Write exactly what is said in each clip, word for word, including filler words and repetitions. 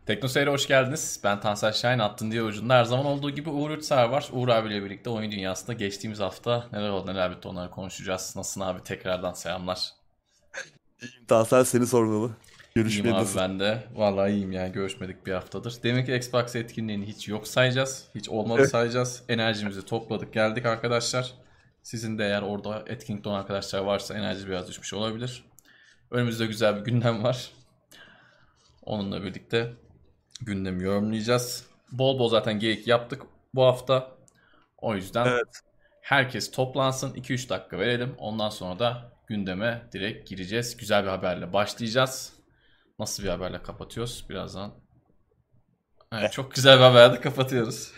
Tekno Seyir'e hoş geldiniz. Ben Tansel Şahin, Attın diye ucunda. Her zaman olduğu gibi Uğur Üçser var. Uğur abiyle birlikte oyun dünyasında geçtiğimiz hafta neler oldu neler bitti onları konuşacağız. Nasılsın abi? Tekrardan selamlar. İyiyim Tansel seni sormalı. İyiyim Görüşmeye abi nasıl? ben de. Vallahi iyiyim ya. Görüşmedik bir haftadır. Demek ki Xbox etkinliğini hiç yok sayacağız. Hiç olmadı Evet. sayacağız. Enerjimizi topladık geldik arkadaşlar. Sizin de eğer orada etkinlikte olan arkadaşlar varsa enerji biraz düşmüş olabilir. Önümüzde güzel bir gündem var. Onunla birlikte gündemi yorumlayacağız. Bol bol zaten geyik yaptık bu hafta. O yüzden Evet. herkes toplansın. iki üç dakika verelim. Ondan sonra da gündeme direkt gireceğiz. Güzel bir haberle başlayacağız. Nasıl bir haberle kapatıyoruz? Birazdan. Evet, Eh, çok güzel bir haberle kapatıyoruz.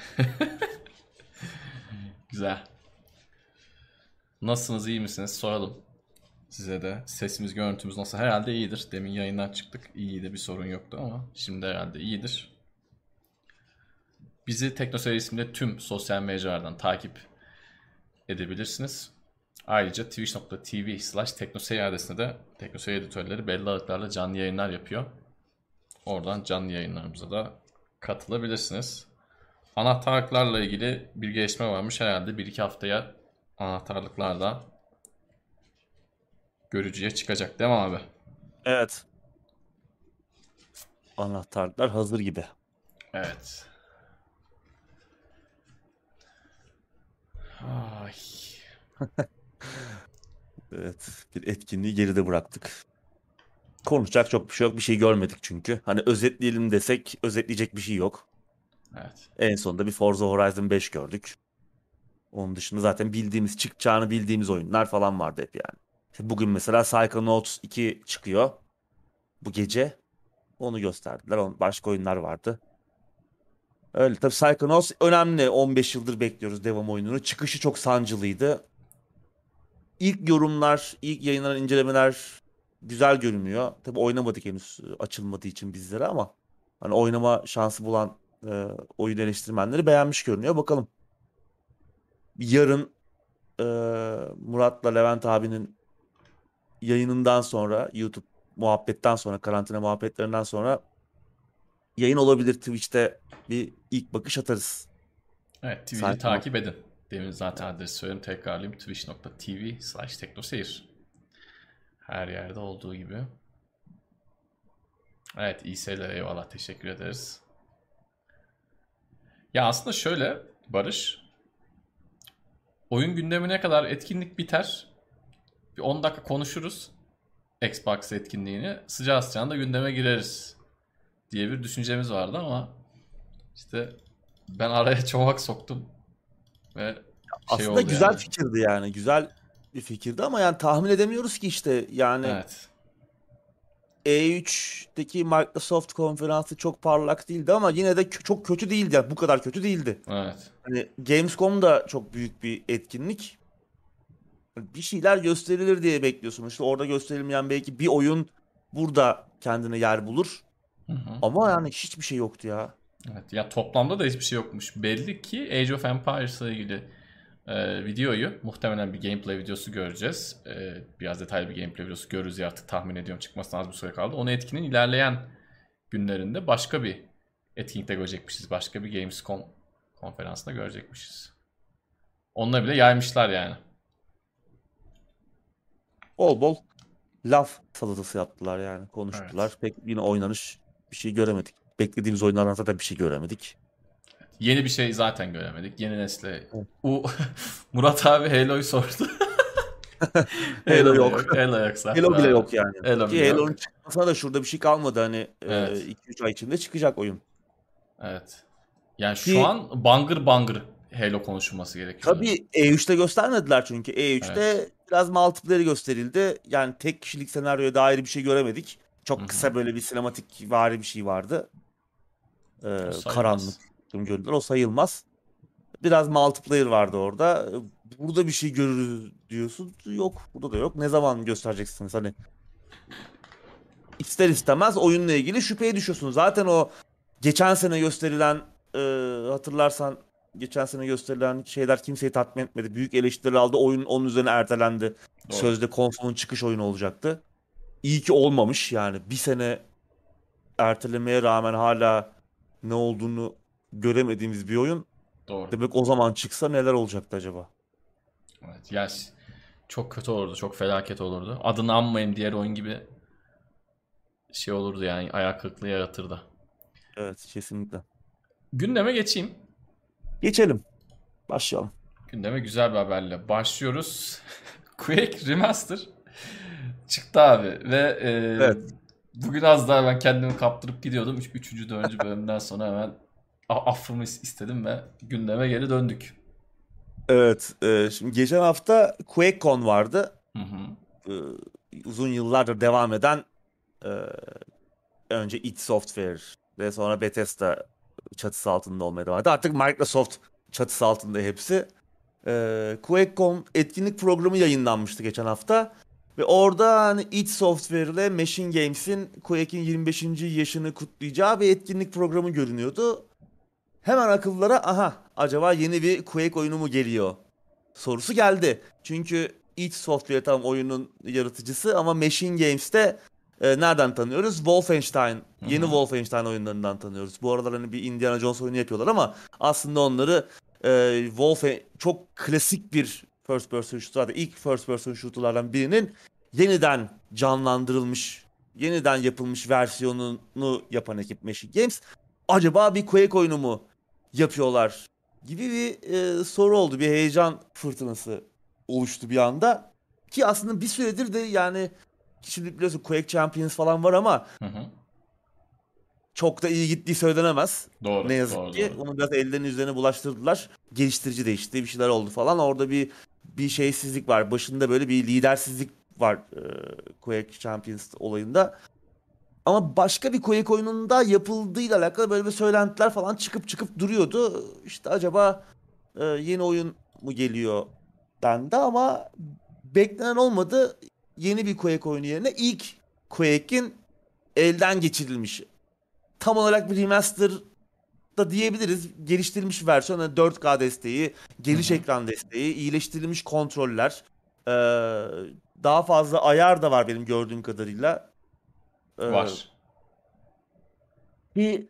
Güzel. Nasılsınız, iyi misiniz? Soralım size de. Sesimiz, görüntümüz nasıl? Herhalde iyidir. Demin yayından çıktık. İyiydi, bir sorun yoktu ama şimdi herhalde iyidir. Bizi Teknoseyir isimli tüm sosyal mecralardan takip edebilirsiniz. Ayrıca twitch.tv slash teknoseyir adresinde de teknoseyir editörleri belli aralıklarla canlı yayınlar yapıyor. Oradan canlı yayınlarımıza da katılabilirsiniz. Anahtarlıklarla ilgili bir gelişme varmış. Herhalde bir iki haftaya anahtarlıklar da görücüye çıkacak değil mi abi? evet. Anahtarlar hazır gibi. Evet. Ay. Evet. Bir etkinliği geride bıraktık. Konuşacak çok bir şey yok. Bir şey görmedik çünkü. Hani özetleyelim desek özetleyecek bir şey yok. Evet. En sonunda bir Forza Horizon beş gördük. Onun dışında zaten bildiğimiz, çıkacağını bildiğimiz oyunlar falan vardı hep yani. İşte bugün mesela Psychonauts iki çıkıyor. Bu gece. Onu gösterdiler. Onun başka oyunlar vardı. Öyle tabii Psychonauts önemli. on beş yıldır bekliyoruz devam oyununu. Çıkışı çok sancılıydı. İlk yorumlar, ilk yayınlanan incelemeler güzel görünüyor. Tabii oynamadık henüz e, açılmadığı için bizlere ama hani oynama şansı bulan e, oyun eleştirmenleri beğenmiş görünüyor. Bakalım. Yarın e, Murat'la Levent abinin yayınından sonra YouTube muhabbetten sonra karantina muhabbetlerinden sonra yayın olabilir Twitch'te bir ilk bakış atarız. Evet, Twitch'i Psychonauts. takip edin. Demin zaten adresi söyledim, tekrarlayayım. twitch.tv slash teknoseyir. Her yerde olduğu gibi. Evet, iyi seyirler, eyvallah, teşekkür ederiz. Ya aslında şöyle Barış, oyun gündemine kadar etkinlik biter. Bir on dakika konuşuruz Xbox etkinliğini. Sıcağı sıcağına da gündeme gireriz diye bir düşüncemiz vardı ama işte ben araya çomak soktum ve şey Aslında oldu güzel yani. fikirdi yani. Güzel bir fikirdi ama yani tahmin edemiyoruz ki işte yani Evet. E üçteki Microsoft konferansı çok parlak değildi ama yine de kö- çok kötü değildi. Yani bu kadar kötü değildi. Evet. Hani Gamescom da çok büyük bir etkinlik. Bir şeyler gösterilir diye bekliyorsun. İşte orada gösterilmeyen belki bir oyun burada kendine yer bulur. Hı hı. Ama yani hiçbir şey yoktu ya. Evet. Ya toplamda da hiçbir şey yokmuş. Belli ki Age of Empires'la ilgili e, videoyu, muhtemelen bir gameplay videosu göreceğiz. E, biraz detaylı bir gameplay videosu görürüz ya, artık tahmin ediyorum, çıkmasına az bir süre kaldı. Onu etkinin ilerleyen günlerinde başka bir etkinlikte görecekmişiz. Başka bir Gamescom konferansında görecekmişiz. Onunla bile yaymışlar yani. Bol bol laf salatası yaptılar yani. Evet. Konuştular. Pek yine oynanış bir şey göremedik. Beklediğimiz oyunlardan zaten bir şey göremedik. Yeni bir şey zaten göremedik. Yeni nesle. U Murat abi Halo'yu sordu. Halo Halo da yok. yok. Halo yok zaten Halo bile abi. yok yani. Halo bile Ki yok. Halo'nun çıkmasına da şurada bir şey kalmadı. Hani Evet. iki üç ay içinde çıkacak oyun. Evet. Yani şu Ki an bangır bangır Halo konuşulması gerekiyordu. tabii E üçte göstermediler çünkü. Evet. E üçte biraz multiplayer gösterildi. Yani tek kişilik senaryoya dair bir şey göremedik. Hı Çok hı. kısa böyle bir sinematik vari bir şey vardı. O Ee, karanlık sayılmaz. gördüler. O sayılmaz. Biraz multiplayer vardı orada. Burada bir şey görürüz diyorsun. Yok. Burada da yok. Ne zaman göstereceksiniz? Hani ister istemez oyunla ilgili şüpheye düşüyorsun. Zaten o geçen sene gösterilen e, hatırlarsan geçen sene gösterilen şeyler kimseyi tatmin etmedi. Büyük eleştiriler aldı. Oyun onun üzerine ertelendi. Doğru. Sözde konsolun çıkış oyunu olacaktı. İyi ki olmamış yani. Bir sene ertelemeye rağmen hala ne olduğunu göremediğimiz bir oyun. Doğru. Demek o zaman çıksa neler olacaktı acaba? Evet, yani çok kötü olurdu, çok felaket olurdu. Adını anmayın diğer oyun gibi şey olurdu yani, ayak kırıklığı yaratırdı. Evet, kesinlikle. Gündeme geçeyim. Geçelim. Başlayalım. Gündeme güzel bir haberle başlıyoruz. Quake Remaster çıktı abi ve e, Evet. bugün az daha ben kendimi kaptırıp gidiyordum. Üç, üçüncü, dördüncü bölümden sonra hemen affımı istedim ve gündeme geri döndük. Evet. E, şimdi geçen hafta QuakeCon vardı. Hı hı. E, uzun yıllardır devam eden e, önce id Software ve sonra Bethesda çatısı altında olmaya devam etti. Artık Microsoft çatısı altında hepsi. E, QuakeCon etkinlik programı yayınlanmıştı geçen hafta. Ve orada hani id Software ile Machine Games'in Quake'in yirmi beşinci yaşını kutlayacağı bir etkinlik programı görünüyordu. Hemen akıllara aha acaba yeni bir Quake oyunu mu geliyor sorusu geldi. Çünkü id Software tam oyunun yaratıcısı ama Machine Games'te e, nereden tanıyoruz? Wolfenstein, Hı yeni hı. Wolfenstein oyunlarından tanıyoruz. Bu aralar hani bir Indiana Jones oyunu yapıyorlar ama aslında onları e, Wolfen çok klasik bir first person shooter, ilk first person shooter'lardan birinin yeniden canlandırılmış, yeniden yapılmış versiyonunu yapan ekip Machine Games. Acaba bir Quake oyunu mu yapıyorlar gibi bir e, soru oldu. Bir heyecan fırtınası oluştu bir anda. Ki aslında bir süredir de yani şimdi biliyorsun Quake Champions falan var ama Hı hı. çok da iyi gittiği söylenemez. Doğru, Ne yazık doğru, ki doğru. onu biraz ellerinin üzerine bulaştırdılar. Geliştirici değişti, bir şeyler oldu falan. Orada bir bir şeysizlik var. Başında böyle bir lidersizlik var e, Quake Champions olayında. Ama başka bir Quake oyununda yapıldığıyla alakalı böyle bir söylentiler falan çıkıp çıkıp duruyordu. İşte acaba e, yeni oyun mu geliyor dendi ama beklenen olmadı. Yeni bir Quake oyunu yerine ilk Quake'in elden geçirilmiş. Tam olarak bir remaster da diyebiliriz. Geliştirilmiş versiyon, yani dört K desteği, Hı geniş hı. ekran desteği, iyileştirilmiş kontroller. Ee, daha fazla ayar da var benim gördüğüm kadarıyla. Ee, Var. bir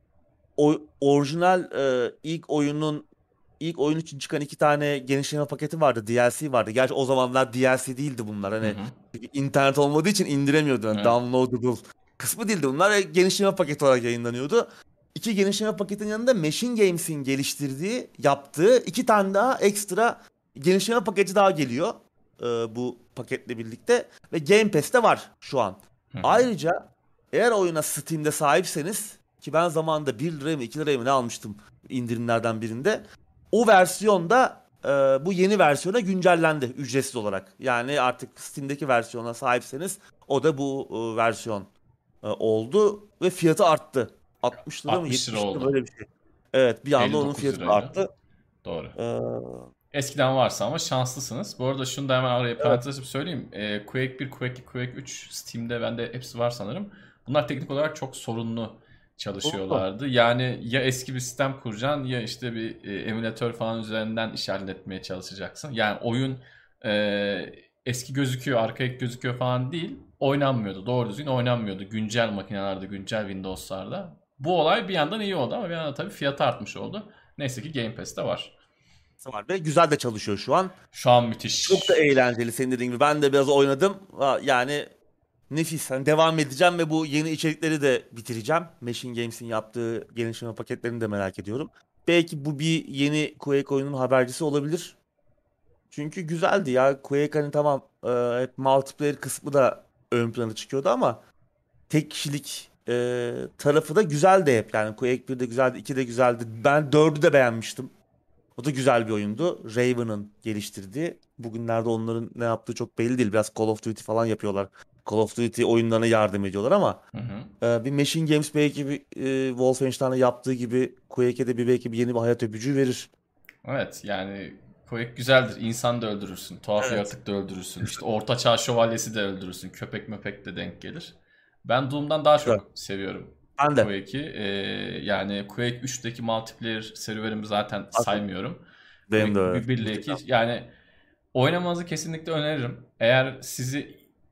o, orijinal e, ilk oyunun ilk oyun için çıkan iki tane genişleme paketi vardı. D L C vardı. Gerçi o zamanlar D L C değildi bunlar. Hı Hani hı. internet olmadığı için indiremiyordun. Yani Evet. downloadable kısmı değildi bunlar. E, Genişleme paketi olarak yayınlanıyordu. İki genişleme paketin yanında Machine Games'in geliştirdiği, yaptığı iki tane daha ekstra genişleme paketi daha geliyor. e, bu paketle birlikte. Ve Game Pass'te var şu an. Hı hı. Ayrıca eğer oyuna Steam'de sahipseniz ki ben zamanında bir liraya mı iki liraya mı ne almıştım indirimlerden birinde. O versiyonda e, bu yeni versiyona güncellendi ücretsiz olarak. Yani artık Steam'deki versiyona sahipseniz o da bu e, versiyon e, oldu ve fiyatı arttı. altmış lira mı altmış lira yetmiş lira oldu. böyle bir şey. Evet, bir anda onun elli dokuz fiyatı da liraydı. arttı. Doğru. Ee, Eskiden varsa ama şanslısınız. Bu arada şunu da hemen araya evet. parantez açıp söyleyeyim. Ee, Quake bir, Quake iki, Quake üç Steam'de bende hepsi var sanırım. Bunlar teknik olarak çok sorunlu Doğru. çalışıyorlardı. Yani ya eski bir sistem kuracaksın ya işte bir e, emülatör falan üzerinden işaret etmeye çalışacaksın. Yani oyun e, eski gözüküyor, arkaik gözüküyor falan değil. Oynanmıyordu. Doğru düzgün oynanmıyordu. Güncel makinelerde, güncel Windows'larda. Bu olay bir yandan iyi oldu ama bir yandan tabii fiyatı artmış oldu. Neyse ki Game Pass'te var. Var ve güzel de çalışıyor şu an. Şu an Çok da müthiş. eğlenceli senin dediğin gibi. Ben de biraz oynadım. Ha, Yani nefis. Hani devam edeceğim ve bu yeni içerikleri de bitireceğim. Machine Games'in yaptığı genişleme paketlerini de merak ediyorum. Belki bu bir yeni Quake oyunun habercisi olabilir. Çünkü güzeldi ya. Quake hani tamam e, hep multiplayer kısmı da ön plana çıkıyordu ama tek kişilik e, tarafı da güzeldi hep. Yani Quake bir de güzeldi, iki de güzeldi. Ben dördü de beğenmiştim. O da güzel bir oyundu. Raven'ın geliştirdiği. Bugünlerde onların ne yaptığı çok belli değil. Biraz Call of Duty falan yapıyorlar. Call of Duty oyunlarına yardım ediyorlar ama Hı hı. e, bir Machine Games belki bir e, Wolfenstein'e yaptığı gibi Quake'e de bir belki bir yeni bir hayat öpücüğü verir. Evet yani Quake güzeldir. İnsan da öldürürsün. Tuhaf Evet. yaratık da öldürürsün. İşte Orta Çağ şövalyesi de öldürürsün. Köpek möpek de denk gelir. Ben Doom'dan daha Güzel. çok seviyorum Ben de. Quake'i. Ee, yani Quake üçteki multiplayer serüvenimi zaten Zaten saymıyorum. benim de Quake öyle. bir ile iki Muhteşem. yani oynamanızı kesinlikle öneririm. Eğer sizi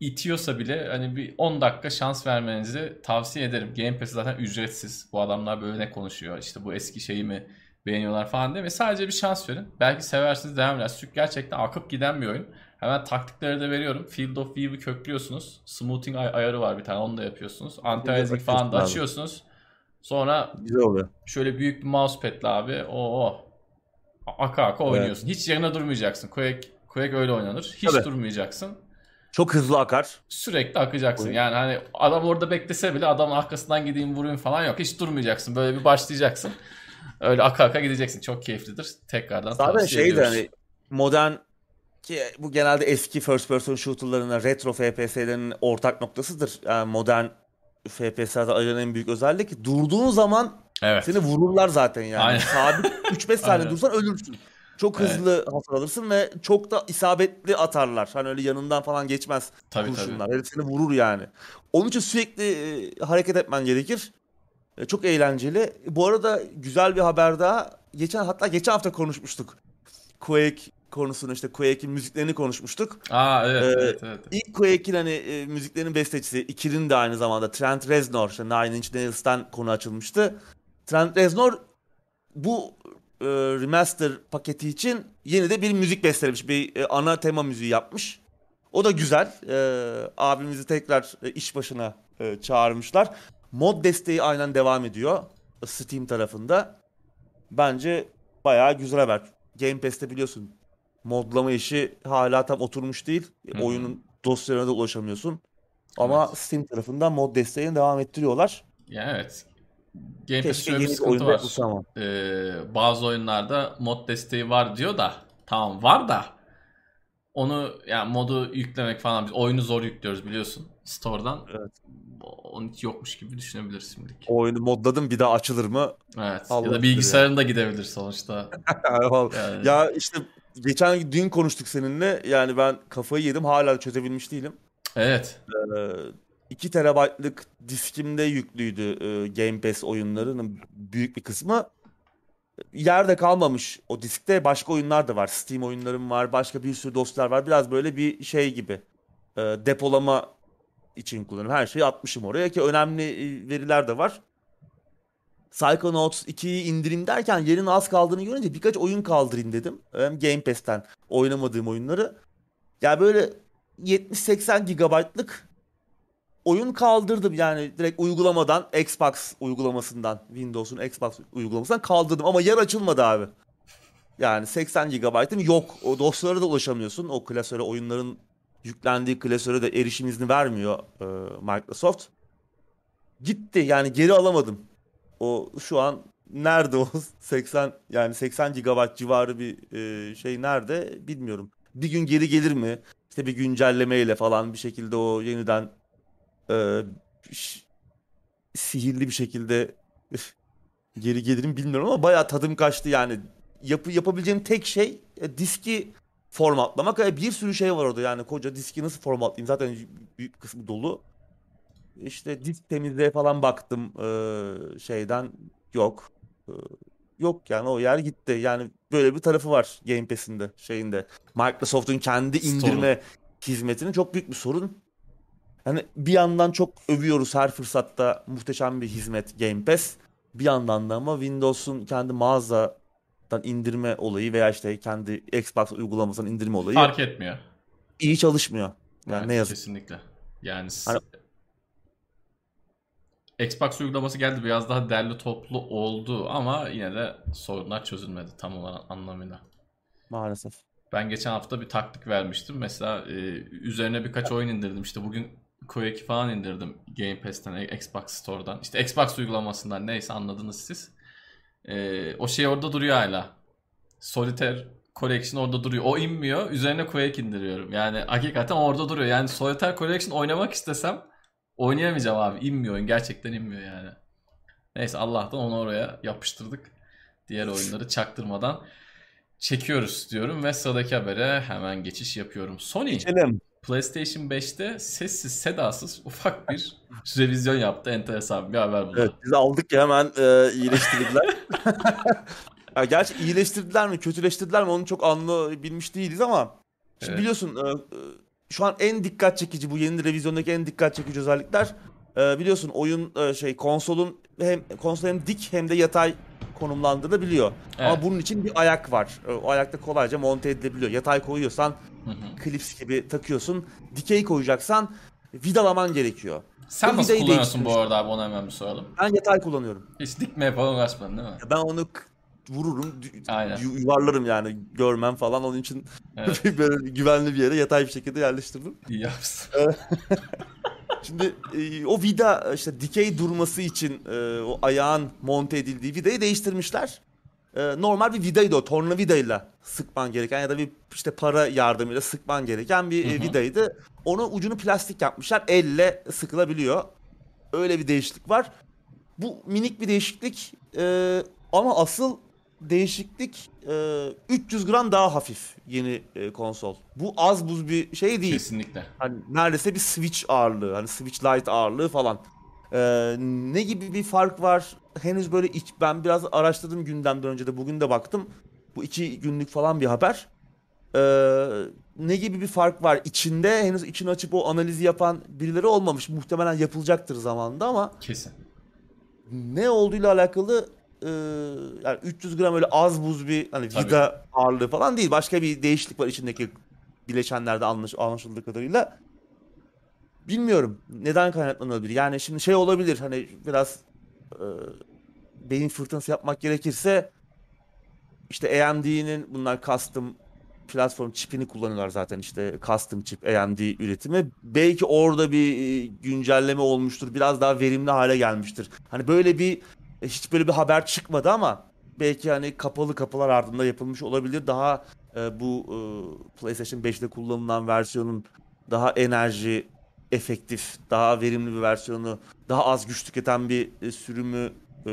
itiyorsa bile hani bir on dakika şans vermenizi tavsiye ederim. Game Pass zaten ücretsiz. Bu adamlar böyle ne konuşuyor? İşte bu eski şeyi mi beğeniyorlar falan değil mi? Sadece bir şans verin. Belki seversiniz, devam edersiniz. Çünkü gerçekten akıp giden bir oyun. Hemen taktikleri de veriyorum. Field of View'u köklüyorsunuz. Smoothing ay- ayarı var bir tane, onu da yapıyorsunuz. Anti-aliasing falan da açıyorsunuz. Sonra güzel oluyor. Şöyle büyük bir mousepad'le abi. Oo. Aka aka oynuyorsun. Evet. Hiç yerine durmayacaksın. Quake, Quake öyle oynanır. Hiç Tabii. durmayacaksın. Çok hızlı akar. Sürekli akacaksın. Oyun. Yani hani adam orada beklese bile adamın arkasından gideyim vurayım falan yok. Hiç durmayacaksın. Böyle bir başlayacaksın. Öyle aka aka gideceksin. Çok keyiflidir. Tekrardan Zaten tavsiye şey ediyoruz. Hani modern ki bu genelde eski first person shooter'larına, retro F P S'lerin ortak noktasıdır. Yani modern F P S'lerde ayıran en büyük özellik durduğun zaman evet. seni vururlar zaten yani. Aynen. Sabit üç beş saniye dursan ölürsün. Çok hızlı evet. hasar alırsın ve çok da isabetli atarlar. Hani öyle yanından falan geçmez tabii, kurşunlar. Tabii. Seni vurur yani. Onun için sürekli e, hareket etmen gerekir. E, çok eğlenceli. Bu arada güzel bir haber daha. Geçen hatta geçen hafta konuşmuştuk. Quake konusunu, işte Quake'in müziklerini konuşmuştuk. Aa evet, ee, evet evet. İlk Quake'in hani e, müziklerinin bestecisi, ikilinin de aynı zamanda Trent Reznor, işte Nine Inch Nails'tan konu açılmıştı. Trent Reznor bu e, remaster paketi için yeni de bir müzik bestelemiş, bir e, ana tema müziği yapmış. O da güzel. E, abimizi tekrar e, iş başına e, çağırmışlar. Mod desteği aynen devam ediyor Steam tarafında. Bence bayağı güzel haber. Game Pass'te biliyorsun modlama işi hala tam oturmuş değil. Hı-hı. Oyunun dosyalarına da ulaşamıyorsun. Ama evet. Steam tarafından mod desteğini devam ettiriyorlar. Ya evet. Game Pass'te şöyle bir sıkıntı var. Ee, bazı oyunlarda mod desteği var diyor da tamam var da onu yani modu yüklemek falan, biz oyunu zor yüklüyoruz biliyorsun Store'dan. Evet. Onun hiç yokmuş gibi düşünebiliriz şimdilik. O oyunu modladım, bir daha açılır mı? Evet. Allah ya da bilgisayarın da gidebilir sonuçta. yani. Ya işte geçen dün konuştuk seninle. Yani ben kafayı yedim, hala çözebilmiş değilim. Evet. Ee, iki terabaytlık diskimde yüklüydü e, Game Pass oyunlarının büyük bir kısmı. Yerde kalmamış o diskte, başka oyunlar da var. Steam oyunlarım var, başka bir sürü dosyalar var. Biraz böyle bir şey gibi. E, depolama için kullanıyorum. Her şeyi atmışım oraya ki önemli veriler de var. Psychonauts ikiyi indireyim derken yerin az kaldığını görünce birkaç oyun kaldırayım dedim. Hem Game Pass'ten oynamadığım oyunları. Ya böyle yetmiş seksen gigabaytlık oyun kaldırdım yani direkt uygulamadan, Xbox uygulamasından, Windows'un Xbox uygulamasından kaldırdım ama yer açılmadı abi. Yani seksen gigabaytım yok. O dosyalara da ulaşamıyorsun. O klasöre, oyunların yüklendiği klasöre de erişim izni vermiyor e, Microsoft. Gitti yani, geri alamadım. O şu an nerede o seksen yani seksen gigabayt civarı bir e, şey nerede bilmiyorum. Bir gün geri gelir mi? İşte bir güncellemeyle falan bir şekilde o yeniden e, sihirli bir şekilde geri gelirim bilmiyorum ama bayağı tadım kaçtı yani. Yapı yapabileceğim tek şey e, diski formatlamak. E, bir sürü şey var orada yani, koca diski nasıl formatlayayım, zaten büyük kısmı dolu. İşte disk temizliğe falan baktım e, şeyden yok. E, yok yani, o yer gitti. Yani böyle bir tarafı var Game Pass'in de şeyinde. Microsoft'un kendi indirme sorun. Hizmetinin çok büyük bir sorun. Hani bir yandan çok övüyoruz her fırsatta, muhteşem bir hizmet Game Pass. Bir yandan da ama Windows'un kendi mağazadan indirme olayı veya işte kendi Xbox uygulamasından indirme olayı fark etmiyor. İyi çalışmıyor. Yani evet, ne yazık. Kesinlikle. Yani hani, Xbox uygulaması geldi, biraz daha derli toplu oldu ama yine de sorunlar çözülmedi tam olarak anlamıyla. Maalesef. Ben geçen hafta bir taktik vermiştim. Mesela e, üzerine birkaç oyun indirdim. İşte bugün Quake falan indirdim Game Pass'ten, Xbox Store'dan. İşte Xbox uygulamasından, neyse anladınız siz. E, o şey orada duruyor hala. Solitaire Collection orada duruyor. O inmiyor. Üzerine Quake indiriyorum. Yani hakikaten orada duruyor. Yani Solitaire Collection oynamak istesem oynayamayacağım abi. İnmiyor oyun. Gerçekten inmiyor yani. Neyse, Allah'tan onu oraya yapıştırdık. Diğer oyunları çaktırmadan çekiyoruz diyorum ve sıradaki habere hemen geçiş yapıyorum. Sony Geçelim. PlayStation beşte sessiz sedasız ufak bir revizyon yaptı. Enteresan bir haber bu. Evet, biz aldık ya hemen e, iyileştirdiler. Ya gerçi iyileştirdiler mi, kötüleştirdiler mi onu çok anlayabilmiş değiliz ama şimdi evet. Biliyorsun e, şu an en dikkat çekici, bu yeni revizyondaki en dikkat çekici özellikler e, biliyorsun oyun e, şey konsolun hem konsol hem dik hem de yatay konumlandırılabiliyor. Evet. Ama bunun için bir ayak var. E, O ayakta kolayca monte edilebiliyor. Yatay koyuyorsan Hı hı. klips gibi takıyorsun. Dikey koyacaksan vidalaman gerekiyor. Sen O nasıl vidayı kullanıyorsun bu değiştirmiş. arada abi, ona hemen bir soralım. Ben yatay kullanıyorum. Hiç dikmeye falan uğraşmadın değil mi? Ben onu k- vururum, dü- Aynen. yu- yuvarlarım yani görmem falan. Onun için Evet. böyle güvenli bir yere yatay bir şekilde yerleştirdim. İyi yapsın. Şimdi e, o vida işte dikey durması için e, o ayağın monte edildiği vidayı değiştirmişler. E, normal bir vidaydı o, tornavidayla sıkman gereken ya da bir işte para yardımıyla sıkman gereken bir Hı e, hı. vidaydı. Onu ucunu plastik yapmışlar, elle sıkılabiliyor. Öyle bir değişiklik var. Bu minik bir değişiklik e, ama asıl değişiklik e, üç yüz gram daha hafif yeni e, konsol. Bu az buz bir şey değil. Kesinlikle. Hani neredeyse bir Switch ağırlığı, hani Switch Lite ağırlığı falan. Ee, ne gibi bir fark var? Henüz böyle iç, ben biraz araştırdım gündemden önce de bugün de baktım. Bu iki günlük falan bir haber. Ee, ne gibi bir fark var? İçinde henüz içini açıp o analizi yapan birileri olmamış. Muhtemelen yapılacaktır zamanında ama Kesin. ne olduğuyla alakalı e, yani üç yüz gram öyle az buz bir hani Tabii. vida ağırlığı falan değil. Başka bir değişiklik var içindeki bileşenlerde anlaş, anlaşıldığı kadarıyla. Bilmiyorum neden kaynaklanabilir. Yani şimdi şey olabilir hani biraz e, beyin fırtınası yapmak gerekirse işte A M D'nin bunlar custom platform çipini kullanıyorlar zaten işte custom çip A M D üretimi. Belki orada bir e, güncelleme olmuştur. Biraz daha verimli hale gelmiştir. Hani böyle bir e, hiç böyle bir haber çıkmadı ama belki hani kapalı kapılar ardında yapılmış olabilir. Daha e, bu e, PlayStation beşte kullanılan versiyonun daha enerji efektif, daha verimli bir versiyonu, daha az güç tüketen bir e, sürümü e,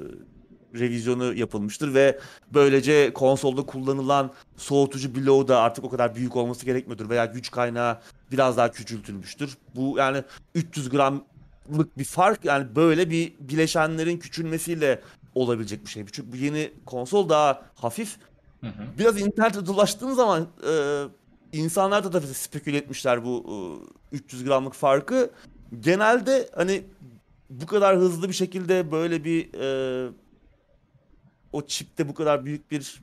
revizyonu yapılmıştır ve böylece konsolda kullanılan soğutucu bloğu da artık o kadar büyük olması gerekmiyordur veya güç kaynağı biraz daha küçültülmüştür. Bu yani üç yüz gramlık bir fark yani böyle bir bileşenlerin küçülmesiyle olabilecek bir şey. Çünkü bu yeni konsol daha hafif. Hı hı. Biraz internette dolaştığın zaman e, insanlar da tabii speküle etmişler bu e, üç yüz gramlık farkı. Genelde hani bu kadar hızlı bir şekilde böyle bir e, o çipte bu kadar büyük bir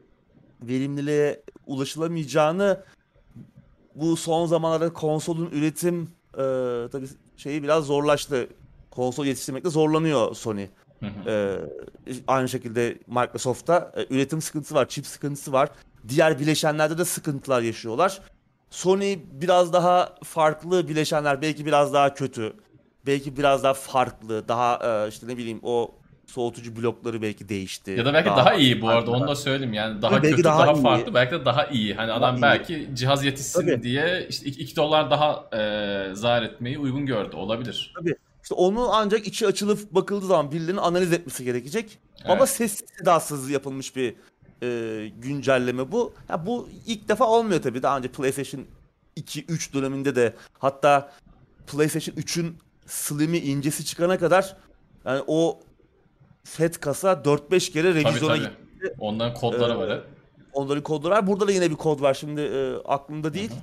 verimliliğe ulaşılamayacağını bu son zamanlarda konsolun üretim e, tabii şeyi biraz zorlaştı. Konsol yetiştirmekte zorlanıyor Sony. Hı hı. E, aynı şekilde Microsoft'ta e, üretim sıkıntısı var, çip sıkıntısı var. Diğer bileşenlerde de sıkıntılar yaşıyorlar. Sony biraz daha farklı bileşenler, belki biraz daha kötü, belki biraz daha farklı, daha e, işte ne bileyim o soğutucu blokları belki değişti. Ya da belki Daha daha az iyi bu arada, onu farklı. da söyleyeyim yani, daha Tabii belki kötü, daha daha iyi. farklı, belki de daha iyi. Hani Daha adam iyi. belki cihaz yetişsin Tabii. diye işte iki dolar daha e, zar etmeyi uygun gördü, olabilir. Tabii. İşte onu ancak içi açılıp bakıldığı zaman birilerinin analiz etmesi gerekecek. Ama Evet. sessiz sedasız yapılmış bir e, güncelleme bu. Ha, bu ilk defa olmuyor tabii. Daha önce PlayStation iki üç döneminde de, hatta PlayStation üçün Slim'i incesi çıkana kadar yani o fat kasa dört beş kere Tabii revizyona tabii. gitti. Onların Ee, kodları var hep. onların kodları var. Burada da yine bir kod var. Şimdi e, aklımda Hı değil.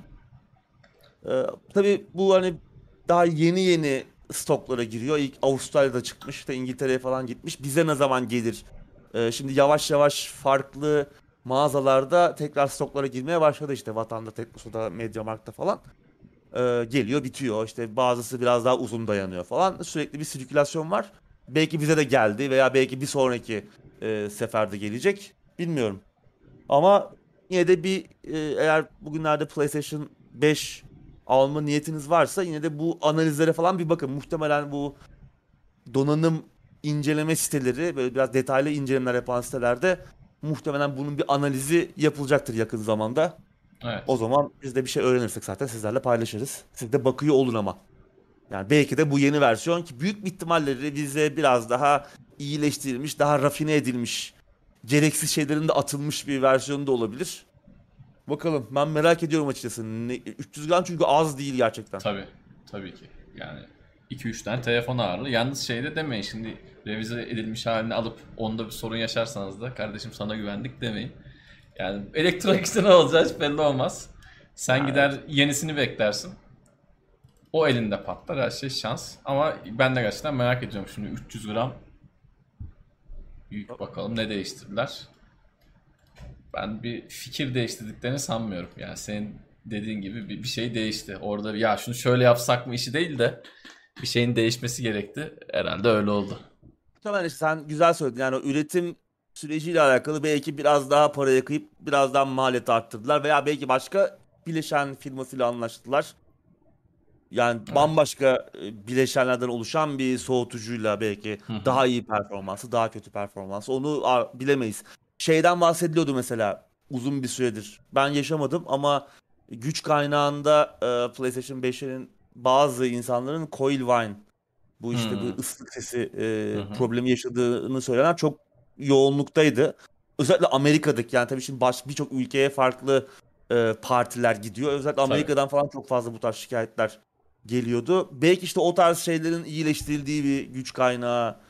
hı. Ee, tabii bu hani daha yeni yeni stoklara giriyor. İlk Avustralya'da çıkmış, işte İngiltere'ye falan gitmiş. Bize ne zaman gelir? Ee, şimdi yavaş yavaş farklı mağazalarda tekrar stoklara girmeye başladı, işte Vatan'da, Teknosa'da, MediaMarkt'ta falan. Ee, geliyor, bitiyor. İşte bazısı biraz daha uzun dayanıyor falan. Sürekli bir sirkülasyon var. Belki bize de geldi veya belki bir sonraki e, seferde gelecek. Bilmiyorum. Ama yine de bir e, eğer bugünlerde PlayStation beş alma niyetiniz varsa yine de bu analizlere falan bir bakın. Muhtemelen bu donanım inceleme siteleri, böyle biraz detaylı incelemeler yapan sitelerde muhtemelen bunun bir analizi yapılacaktır yakın zamanda. O Evet. zaman biz de bir şey öğrenirsek zaten sizlerle paylaşırız. Siz de bakıyor olun ama. Yani belki de bu yeni versiyon, ki büyük bir ihtimalle bize biraz daha iyileştirilmiş, daha rafine edilmiş, gereksiz şeylerin de atılmış bir versiyonu da olabilir. Bakalım, ben merak ediyorum açıkçası. Ne, üç yüz gram çünkü az değil gerçekten. Tabii. Tabii ki. Yani iki üç tane telefon ağırlığı. Yalnız şeyde demeyin şimdi, revize edilmiş halini alıp onda bir sorun yaşarsanız da kardeşim sana güvendik demeyin. Yani elektronikte ne olacağı hiç belli olmaz. Sen Yani gider yenisini beklersin. O elinde patlar, her şey şans. Ama ben de gerçekten merak ediyorum şimdi üç yüz gram yük, bakalım ne değiştirdiler. Ben bir fikir değiştirdiklerini sanmıyorum. Yani senin dediğin gibi bir, bir şey değişti. Orada ya şunu şöyle yapsak mı işi değil de bir şeyin değişmesi gerekti. Herhalde öyle oldu. muhtemelen işte sen güzel söyledin. Yani o üretim süreciyle alakalı belki biraz daha paraya kıyıp biraz daha maliyeti arttırdılar veya belki başka bileşen firmasıyla anlaştılar. Yani Evet. bambaşka e, bileşenlerden oluşan bir soğutucuyla belki Hı hı. daha iyi performansı, daha kötü performansı onu a, bilemeyiz. Şeyden bahsediliyordu mesela uzun bir süredir. Ben yaşamadım ama güç kaynağında e, PlayStation beşin bazı insanların coil whine, bu işte bu Hı ıslık sesi hı. e, Hı. problemi yaşadığını söylenen çok yoğunluktaydı. Özellikle Amerika'daki, yani tabii şimdi baş birçok ülkeye farklı e, partiler gidiyor. Özellikle Tabii. Amerika'dan falan çok fazla bu tarz şikayetler geliyordu. Belki işte o tarz şeylerin iyileştirildiği bir güç kaynağı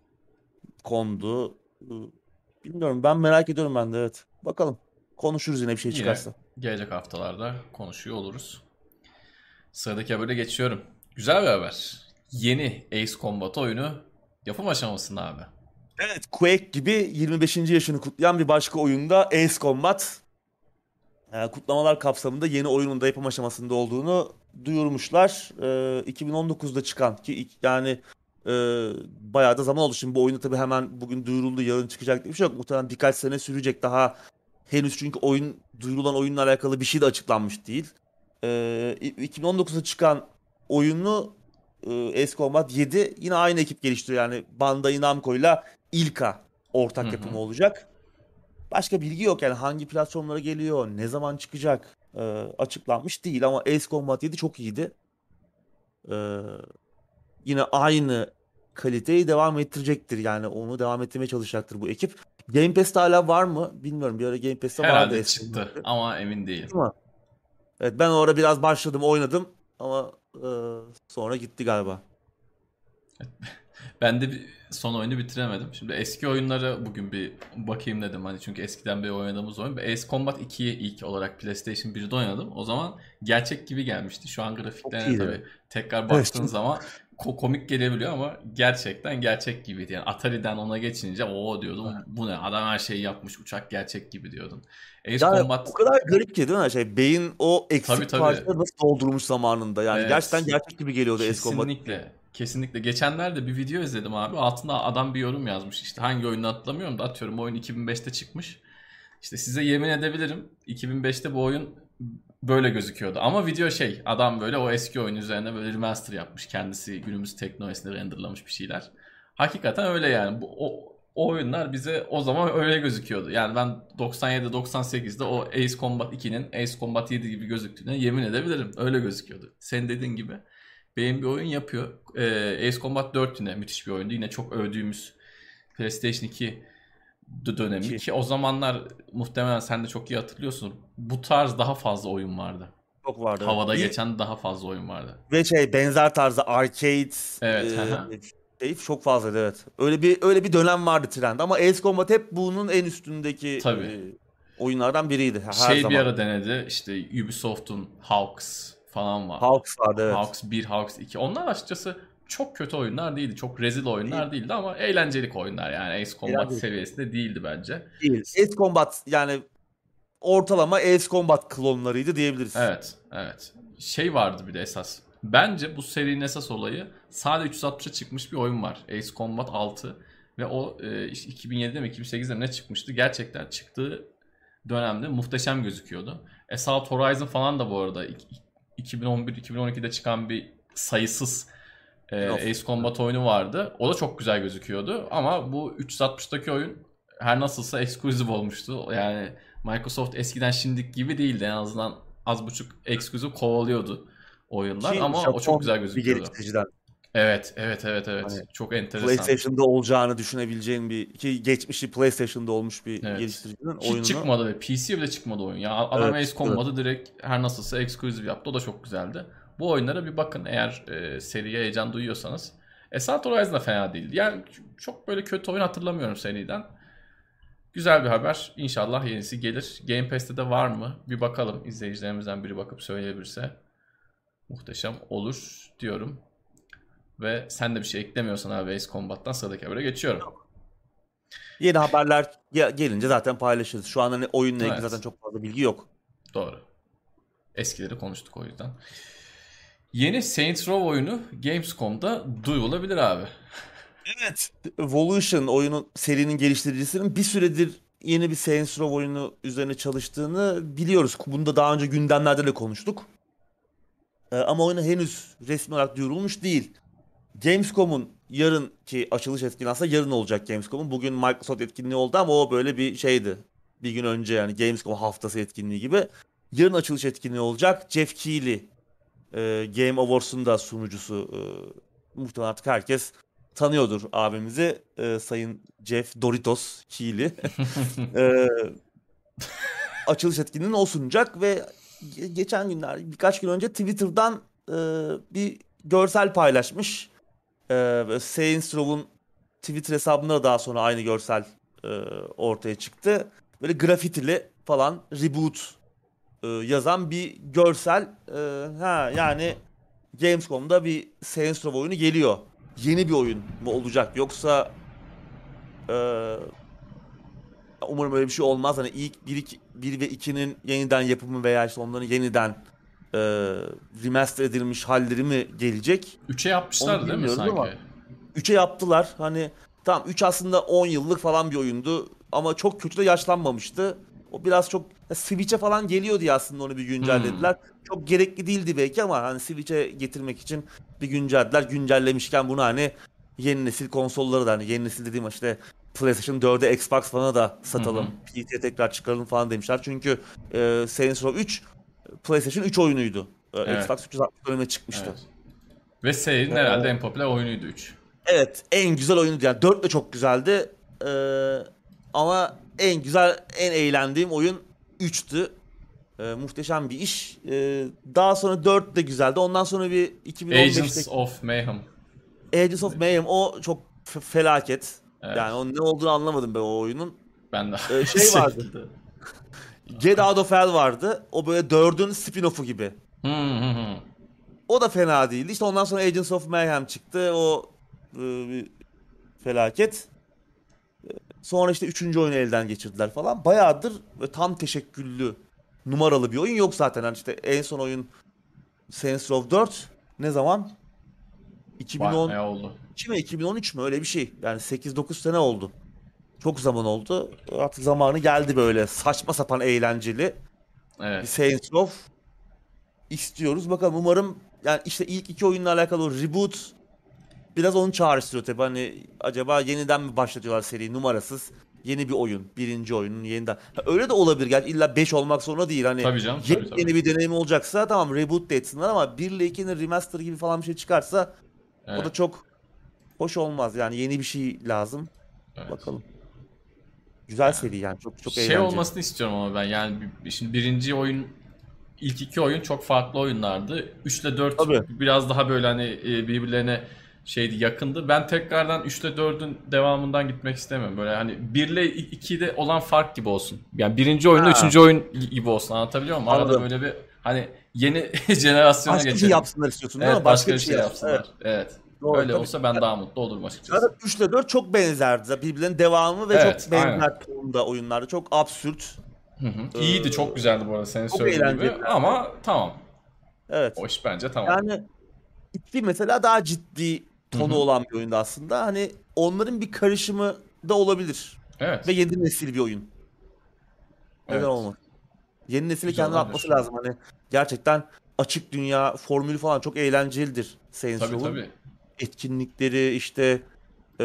kondu. E, Bilmiyorum, ben merak ediyorum ben de, evet. Bakalım. Konuşuruz yine bir şey Yine çıkarsa. gelecek haftalarda konuşuyor oluruz. Sıradaki habere geçiyorum. Güzel bir haber. Yeni Ace Combat oyunu yapım aşamasında abi. Evet, Quake gibi yirmi beşinci yaşını kutlayan bir başka oyunda Ace Combat e, kutlamalar kapsamında yeni oyunun da yapım aşamasında olduğunu duyurmuşlar. E, iki bin on dokuzda çıkan ki ilk- yani e, bayağı da zaman oldu. Şimdi bu oyunu tabii hemen bugün duyuruldu, yarın çıkacak diye bir şey yok. Muhtemelen birkaç sene sürecek daha henüz, çünkü oyun, duyurulan oyunla alakalı bir şey de açıklanmış değil. E, iki bin on dokuzda çıkan oyunu e, Ace Combat yedi yine aynı ekip geliştiriyor. Yani Bandai Namco ile Ilka Hı ortak hı. yapımı olacak. Başka bilgi yok, yani hangi platformlara geliyor, ne zaman çıkacak e, açıklanmış değil ama Ace Combat yedi çok iyiydi. E, Yine aynı kaliteyi devam ettirecektir, yani onu devam ettirmeye çalışacaktır bu ekip. Game Pass'te hala var mı bilmiyorum, bir ara Game Pass'te vardı Herhalde Ace çıktı Combat'te. ama emin değilim. Ama evet, ben orada biraz başladım, oynadım ama e, sonra gitti galiba. Ben de bir son oyunu bitiremedim. Şimdi eski oyunlara bugün bir bakayım dedim. Hani çünkü eskiden beri oynadığımız oyun. Ace Combat ikiyi ilk olarak PlayStation birde oynadım. O zaman gerçek gibi gelmişti. Şu an Çok grafiklerine iyiydi. tabii tekrar Evet. baktığın zaman ko- komik gelebiliyor ama gerçekten gerçek gibiydi. Yani Atari'den ona geçince o diyordum, bu ne, adam her şeyi yapmış, uçak gerçek gibi diyordun. Ace Yani o Combat kadar garip ki değil mi? Şey, beyin o tabii eksik tabii. parçaları nasıl doldurmuş zamanında. Yani gerçekten Evet. gerçek gibi geliyordu Ace Combat iki. Kesinlikle. Kesinlikle. Geçenlerde bir video izledim abi. Altında adam bir yorum yazmış. İşte hangi oyunu hatırlamıyorum da atıyorum, bu oyun iki bin beşte çıkmış. İşte size yemin edebilirim iki bin beşte bu oyun böyle gözüküyordu. Ama video şey, adam böyle o eski oyun üzerine böyle remaster yapmış. Kendisi günümüz teknolojisinde renderlamış bir şeyler. Hakikaten öyle yani. Bu, o, o oyunlar bize o zaman öyle gözüküyordu. Yani ben doksan yedi doksan sekizde o Ace Combat ikinin Ace Combat yedi gibi gözüktüğüne yemin edebilirim. Öyle gözüküyordu. Senin dediğin gibi benim bir oyun yapıyor. Ee, Ace Combat dört yine müthiş bir oyundu. Yine çok övdüğümüz PlayStation iki d- dönemi iki. ki o zamanlar muhtemelen sen de çok iyi hatırlıyorsun. Bu tarz daha fazla oyun vardı. Çok vardı, evet. Havada Bir geçen daha fazla oyun vardı. ve şey, benzer tarzda arcade Evet, haha. e, şey çok fazlaydı, evet. Öyle bir öyle bir dönem vardı trend ama Ace Combat hep bunun en üstündeki Tabii. e, oyunlardan biriydi her Şey bir zaman. ara denedi işte Ubisoft'un Hawks falan var. Hawks vardı, evet. Hawks bir, Hawks iki. Onlar açıkçası çok kötü oyunlar değildi. Çok rezil Değil. oyunlar değildi ama eğlencelik oyunlar. Yani Ace Combat Eğlenceli. seviyesinde değildi bence. Değil. Ace Combat yani ortalama Ace Combat klonlarıydı diyebiliriz. Evet, evet. Şey vardı bir de esas. Bence bu serinin esas olayı, sadece üç yüz altmışa çıkmış bir oyun var. Ace Combat altı. Ve o e, işte iki bin yedide mi iki bin sekizde mi ne çıkmıştı? Gerçekten çıktığı dönemde muhteşem gözüküyordu. Assault Horizon falan da bu arada iki bin on bir iki bin on ikide çıkan bir sayısız e, Spin-off. Ace Combat oyunu vardı. O da çok güzel gözüküyordu. Ama bu üç yüz altmıştaki oyun her nasılsa exclusive olmuştu. Yani Microsoft eskiden şimdiki gibi değildi. En azından az buçuk exclusive kovalıyordu oyunlar. Ki Ama o çok Japon güzel bir gözüküyordu. geliştiriciden. Evet, evet, evet, evet. Hani Çok enteresan. PlayStation'da olacağını düşünebileceğin bir, ki geçmişi PlayStation'da olmuş bir Evet. geliştiricinin Hiç oyununu. çıkmadı ve P C'ye bile çıkmadı oyun. Ya adam Evet, Ace evet. Combat'ı direkt her nasılsa exclusive yaptı. O da çok güzeldi. Bu oyunlara bir bakın eğer e, seriye heyecan duyuyorsanız. Assault Horizon da fena değildi. Yani çok böyle kötü oyun hatırlamıyorum seriden. Güzel bir haber. İnşallah yenisi gelir. Game Pass'te de var mı? Bir bakalım. İzleyicilerimizden biri bakıp söyleyebilirse muhteşem olur diyorum. Ve sen de bir şey eklemiyorsan abi Ace Combat'tan sıradaki habere geçiyorum. Yeni haberler gelince zaten paylaşırız. Şu an hani oyunla ilgili Evet. zaten çok fazla bilgi yok. Doğru. Eskileri konuştuk o yüzden. Yeni Saints Row oyunu Gamescom'da duyulabilir abi. Evet. Evolution oyunun serinin geliştiricisinin bir süredir yeni bir Saints Row oyunu üzerine çalıştığını biliyoruz. Bunu da daha önce gündemlerde de konuştuk. Ee, ama oyunu henüz resmi olarak duyurulmuş değil. Gamescom'un yarınki açılış etkinliği aslında yarın olacak Gamescom'un. Bugün Microsoft etkinliği oldu ama o böyle bir şeydi. Bir gün önce yani Gamescom haftası etkinliği gibi. Yarın açılış etkinliği olacak. Jeff Keighley e, Game Awards'un da sunucusu. E, muhtemelen artık herkes tanıyordur abimizi. E, Sayın Jeff Doritos Keighley. e, açılış etkinliğini o sunacak ve ge- geçen günler birkaç gün önce Twitter'dan e, bir görsel paylaşmış. Ee, Saints Row'un Twitter hesabında daha sonra aynı görsel e, ortaya çıktı. Böyle grafitili falan reboot e, yazan bir görsel. E, ha yani Gamescom'da bir Saints Row oyunu geliyor. Yeni bir oyun mu olacak yoksa e, umarım öyle bir şey olmaz. Hani ilk bir ve ikinin yeniden yapımı veya işte onların yeniden e, remaster edilmiş halleri mi gelecek? üçe yapmışlardı değil mi sanki? Ama üçe yaptılar. Hani tamam üç aslında on yıllık falan bir oyundu ama çok kötü de yaşlanmamıştı. O biraz çok Switch'e falan geliyor diye aslında onu bir güncellediler. Hmm. Çok gerekli değildi belki ama hani Switch'e getirmek için bir güncellediler. Güncellemişken bunu hani yeni nesil konsolları da hani yeni nesil dediğim işte PlayStation dörde Xbox falan'a da satalım. Hı hı. P C'ye tekrar çıkaralım falan demişler. Çünkü e, Saints Row üç PlayStation üç oyunuydu. Evet. Xbox üç yüz altmış bölüme çıkmıştı. Evet. Ve serinin ee, herhalde en popüler oyunuydu üç. Evet, en güzel oyunuydu yani. dört de çok güzeldi. Ee, ama en güzel, en eğlendiğim oyun üçtü. Ee, muhteşem bir iş. Ee, daha sonra dört de güzeldi. Ondan sonra bir iki bin on beşte Agents of Mayhem. Agents of Mayhem o çok f- felaket. Evet. Yani o ne olduğunu anlamadım ben o oyunun. Ben de. Ee, şey vardı. Get Out of Hell vardı. O böyle dördün spin-off'u gibi. O da fena değildi. İşte ondan sonra Agents of Mayhem çıktı. O bir felaket. Sonra işte üçüncü oyunu elden geçirdiler falan. Bayağıdır tam teşekküllü numaralı bir oyun yok zaten. Yani işte en son oyun Saints Row dört ne zaman? iki bin on ne oldu? iki mi iki bin on üç mü öyle bir şey. Yani sekiz dokuz sene oldu. Çok zaman oldu. Artık zamanı geldi böyle saçma sapan eğlenceli. Evet. Bir Saints Row istiyoruz. Bakalım umarım yani işte ilk iki oyunla alakalı o reboot biraz onu çağrıştırıyor tabii. Hani acaba yeniden mi başlatıyorlar seriyi numarasız? Yeni bir oyun. Birinci oyunun yeniden. Ha, öyle de olabilir. Gerçi illa beş olmak zorunda değil. Hani tabii canım, yeni, tabii, tabii. yeni bir deneyim olacaksa tamam reboot da etsinler ama bir ile ikinin remaster gibi falan bir şey çıkarsa evet. O da çok hoş olmaz. Yani yeni bir şey lazım. Evet. Bakalım. Güzel yani, seri yani. Çok çok şey eğlenceli. olmasını istiyorum ama ben. Yani şimdi birinci oyun ilk iki oyun çok farklı oyunlardı. üç ile dört tabii. Biraz daha böyle hani birbirlerine şeydi yakındı. Ben tekrardan üç ile dördün devamından gitmek istemiyorum. Böyle hani bir ile ikide olan fark gibi olsun. Yani birinci oyunla üçüncü oyun gibi olsun. Anlatabiliyor muyum? Arada Anladım. Böyle bir hani yeni jenerasyona başka geçelim. Başka bir şey yapsınlar istiyorsun değil evet, mi? Başka, başka bir şey, şey yapsınlar. Evet. evet. Doğru, öyle tabii. olsa ben daha mutlu olurum açıkçası. Zaten üç ile dört çok benzerdi. Birbirlerinin devamı ve evet, çok benzer tonda oyunlardı. Çok absürt. Hı hı. İyiydi, çok güzeldi bu arada senin söylediğin gibi. Ama tamam. Evet. O iş bence tamam. Yani iki mesela daha ciddi tonu Hı-hı. olan bir oyundu aslında. Hani onların bir karışımı da olabilir. Evet. Ve yeni nesil bir oyun. Neden evet. olmaz? Yeni nesili kendine atması lazım. Hani gerçekten açık dünya formülü falan çok eğlencelidir Saints Row'un. Tabii tabii. Etkinlikleri işte e,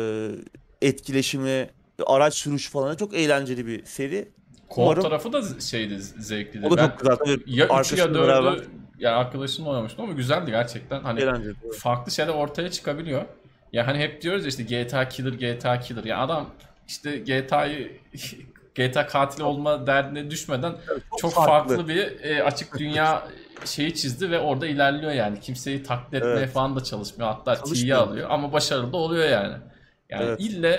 etkileşimi, araç sürüş falan çok eğlenceli bir seri. Co-op tarafı da şeydi, zevkliydi. O da ben çok güzel. Tabii, ya üç ya dördü yani arkadaşımla oynamıştım ama güzeldi gerçekten. Hani eğlenceli, farklı şeyler ortaya çıkabiliyor. Ya hani hep diyoruz ya işte G T A killer, G T A killer. Ya adam işte G T A'yı G T A katili olma derdine düşmeden evet, çok, çok farklı. farklı bir e, açık dünya şeyi çizdi ve orada ilerliyor yani. Kimseyi taklit etmeye evet. falan da çalışmıyor. Hatta T'yi alıyor ama başarılı da oluyor yani. Yani evet. ille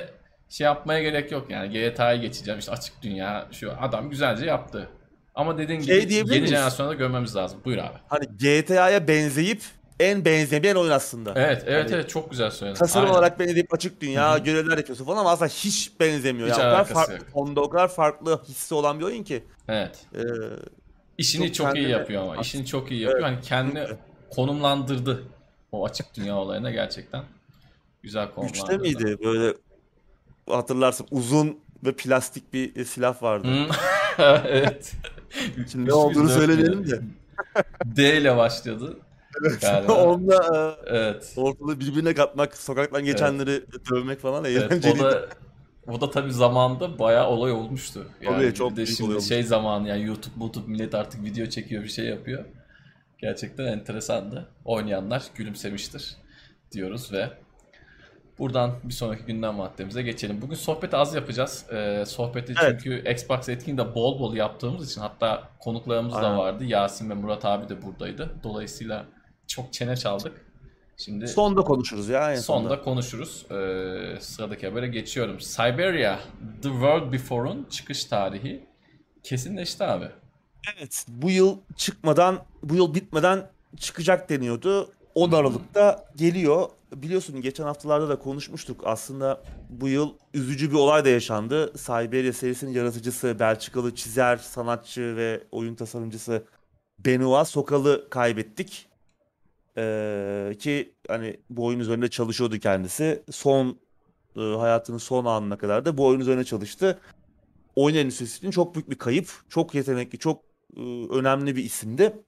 şey yapmaya gerek yok yani. G T A'ya geçeceğim işte, açık dünya, şu adam güzelce yaptı. Ama dediğin Şey gibi diyebilir yeni miyiz? jenerasyonda görmemiz lazım. Buyur abi. Hani G T A'ya benzeyip en benzemeyen oyun aslında. Evet, evet, Hani evet, çok güzel söyledin. tasarım Aynen. olarak benzeyip açık Hı dünya hı. görevler yapıyorsun falan ama aslında hiç benzemiyor. Hiç Yani o kadar alakası yok. farklı tonda, o kadar farklı hissi olan bir oyun ki. Evet. Ee, İşini çok çok iyi kendine yapıyor ama. has. İşini çok iyi yapıyor. Evet, Hani kendini kesinlikle. konumlandırdı. O açık dünya olayına gerçekten güzel Üçte konumlandırdı. miydi? Böyle hatırlarsın uzun ve plastik bir silah vardı. Hmm. Evet. Şimdi ne Üç müyüz olduğunu dört mü? söylemeyelim de. D ile başladı Evet. galiba. Onunla e, Evet. ortalığı birbirine katmak, sokaktan Evet. geçenleri dövmek falan Evet. O eğlenceliydi. da o da tabii zamanında bayağı olay olmuştu. Tabii Yani bir çok de büyük oluyor şimdi olmuş. şey zamanı, yani YouTube, YouTube millet artık video çekiyor, bir şey yapıyor. Gerçekten enteresandı. Oynayanlar gülümsemiştir diyoruz ve buradan bir sonraki gündem maddemize geçelim. Bugün sohbeti az yapacağız. Ee, sohbeti Evet. çünkü Xbox etkinliğinde bol bol yaptığımız için, hatta konuklarımız da Aynen. vardı. Yasin ve Murat abi de buradaydı. Dolayısıyla çok çene çaldık. Şimdi Sonda konuşuruz ya en sonda. sonda konuşuruz. Ee, sıradaki habere geçiyorum. Siberia The World Before'un çıkış tarihi kesinleşti abi. Evet. Bu yıl çıkmadan, bu yıl bitmeden çıkacak deniyordu. Hı on hı. Aralık'ta geliyor. Biliyorsun geçen haftalarda da konuşmuştuk. Aslında bu yıl üzücü bir olay da yaşandı. Siberia serisinin yaratıcısı, Belçikalı çizer, sanatçı ve oyun tasarımcısı Benoît Sokal'ı kaybettik. Ee, ki hani bu oyun üzerinde çalışıyordu kendisi. Son e, hayatının son anına kadar da bu oyun üzerine çalıştı. Oyun endüstrisi için çok büyük bir kayıp. Çok yetenekli, çok e, önemli bir isimdi.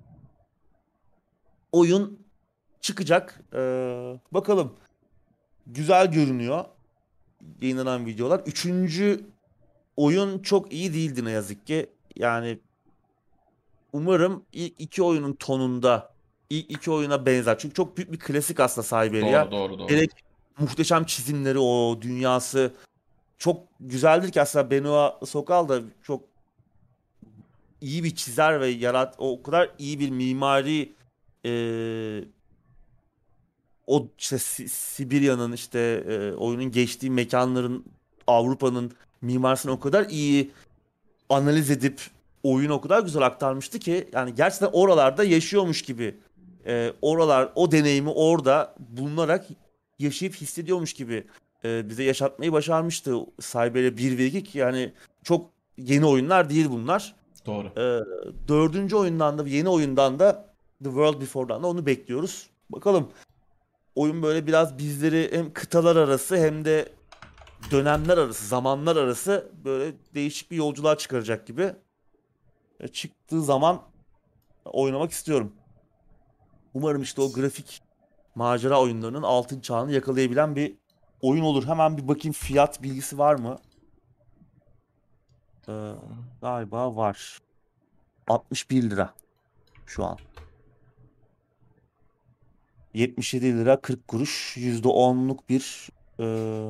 Oyun çıkacak. Ee, bakalım. Güzel görünüyor. Yayınlanan videolar. Üçüncü oyun çok iyi değildi ne yazık ki. Yani umarım ilk iki oyunun tonunda, ilk iki oyuna benzer. Çünkü çok büyük bir klasik aslında Doğru, Siberia. doğru, doğru. Gerek muhteşem çizimleri, o dünyası çok güzeldir ki aslında Benoît Sokal da çok iyi bir çizer ve yarat o kadar iyi bir mimari e, o işte Si- Sibirya'nın işte e, oyunun geçtiği mekanların Avrupa'nın mimarisini o kadar iyi analiz edip oyunu o kadar güzel aktarmıştı ki yani gerçekten oralarda yaşıyormuş gibi e, oralar o deneyimi orada bulunarak yaşayıp hissediyormuş gibi e, bize yaşatmayı başarmıştı Cyber'e bir ve iki ki yani çok yeni oyunlar değil bunlar. Doğru. E, Dördüncü oyundan da yeni oyundan da The World Before'dan da onu bekliyoruz. Bakalım oyun böyle biraz bizleri hem kıtalar arası hem de dönemler arası, zamanlar arası böyle değişik bir yolculuğa çıkaracak gibi. E, çıktığı zaman oynamak istiyorum. Umarım işte o grafik macera oyunlarının altın çağını yakalayabilen bir oyun olur. Hemen bir bakayım fiyat bilgisi var mı? Ee, Galiba var. altmış bir lira şu an. yetmiş yedi lira kırk kuruş. yüzde onluk bir e,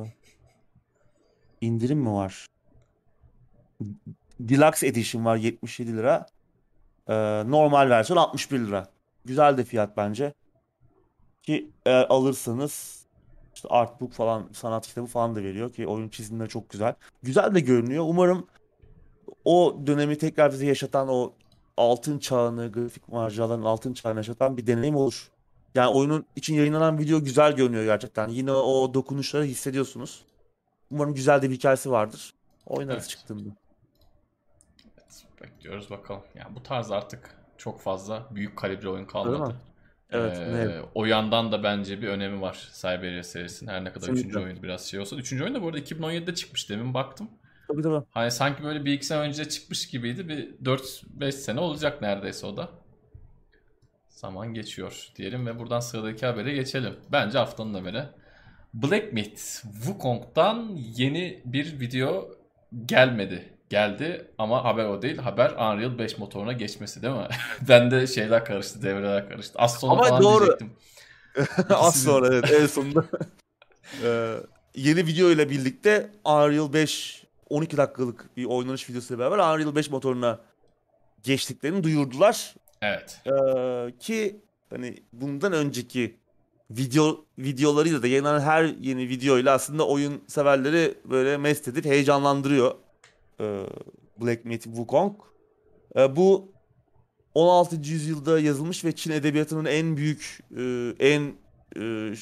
indirim mi var? Deluxe Edition var yetmiş yedi lira. Ee, normal versiyon altmış bir lira. Güzel de fiyat bence. Ki eğer alırsanız işte artbook falan sanat kitabı falan da veriyor ki oyun çizimleri çok güzel. Güzel de görünüyor. Umarım o dönemi tekrar bize yaşatan o altın çağını, grafik maceraların altın çağını yaşatan bir deneyim olur. Yani oyunun için yayınlanan video güzel görünüyor gerçekten. Yine o dokunuşları hissediyorsunuz. Umarım güzel de bir hikayesi vardır. Oynarız Evet. çıktığında. Evet, bekliyoruz bakalım. Yani bu tarz artık çok fazla büyük kalibre oyun Değil mi? kalmadı. Evet, ne? Ee, o yandan da bence bir önemi var Siberia serisinin. Her ne kadar üçüncü Kesinlikle. oyun biraz şey olsa. Üçüncü oyun da bu arada iki bin on yedide çıkmış, demin baktım. Tabii tabii. Hani sanki böyle bir iki sene önce çıkmış gibiydi. Bir dört beş sene olacak neredeyse o da. Zaman geçiyor diyelim ve buradan sıradaki habere geçelim. Bence haftanın haberi. Black Myth Wukong'dan yeni bir video gelmedi. Geldi ama haber o değil. Haber Unreal beş motoruna geçmesi, değil mi? Ben de şeyler karıştı, devreler karıştı. Az sonra Ama falan doğru. diyecektim. Az İkisi bir... sonra evet en sonunda. Ee, Yeni video ile birlikte Unreal beş on iki dakikalık bir oynanış videosuyla beraber Unreal beş motoruna geçtiklerini duyurdular. Evet. Ee, ki hani bundan önceki video videolarıyla da yayınlanan her yeni videoyla aslında oyun severleri böyle mest edip heyecanlandırıyor. Ee, Black Myth Wukong. Ee, bu on altıncı yüzyılda yazılmış ve Çin edebiyatının en büyük, e, en e,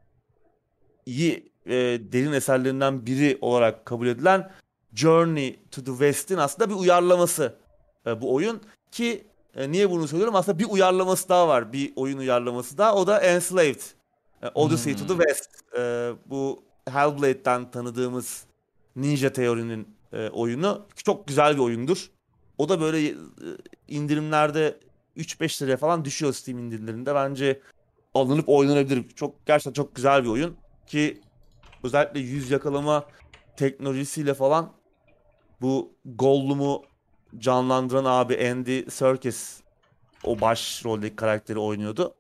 iyi e, derin eserlerinden biri olarak kabul edilen Journey to the West'in aslında bir uyarlaması e, bu oyun. Ki e, niye bunu söylüyorum? Aslında bir uyarlaması daha var. Bir oyun uyarlaması daha. O da Enslaved. E, Odyssey Hmm. to the West. E, bu Hellblade'den tanıdığımız Ninja Theory'nin e, oyunu. Çok güzel bir oyundur. O da böyle e, indirimlerde üç beş liraya falan düşüyor Steam indirimlerinde. Bence alınıp oynanabilir. Çok gerçekten çok güzel bir oyun ki özellikle yüz yakalama teknolojisiyle falan bu Gollum'u canlandıran abi Andy Serkis o başroldeki karakteri oynuyordu.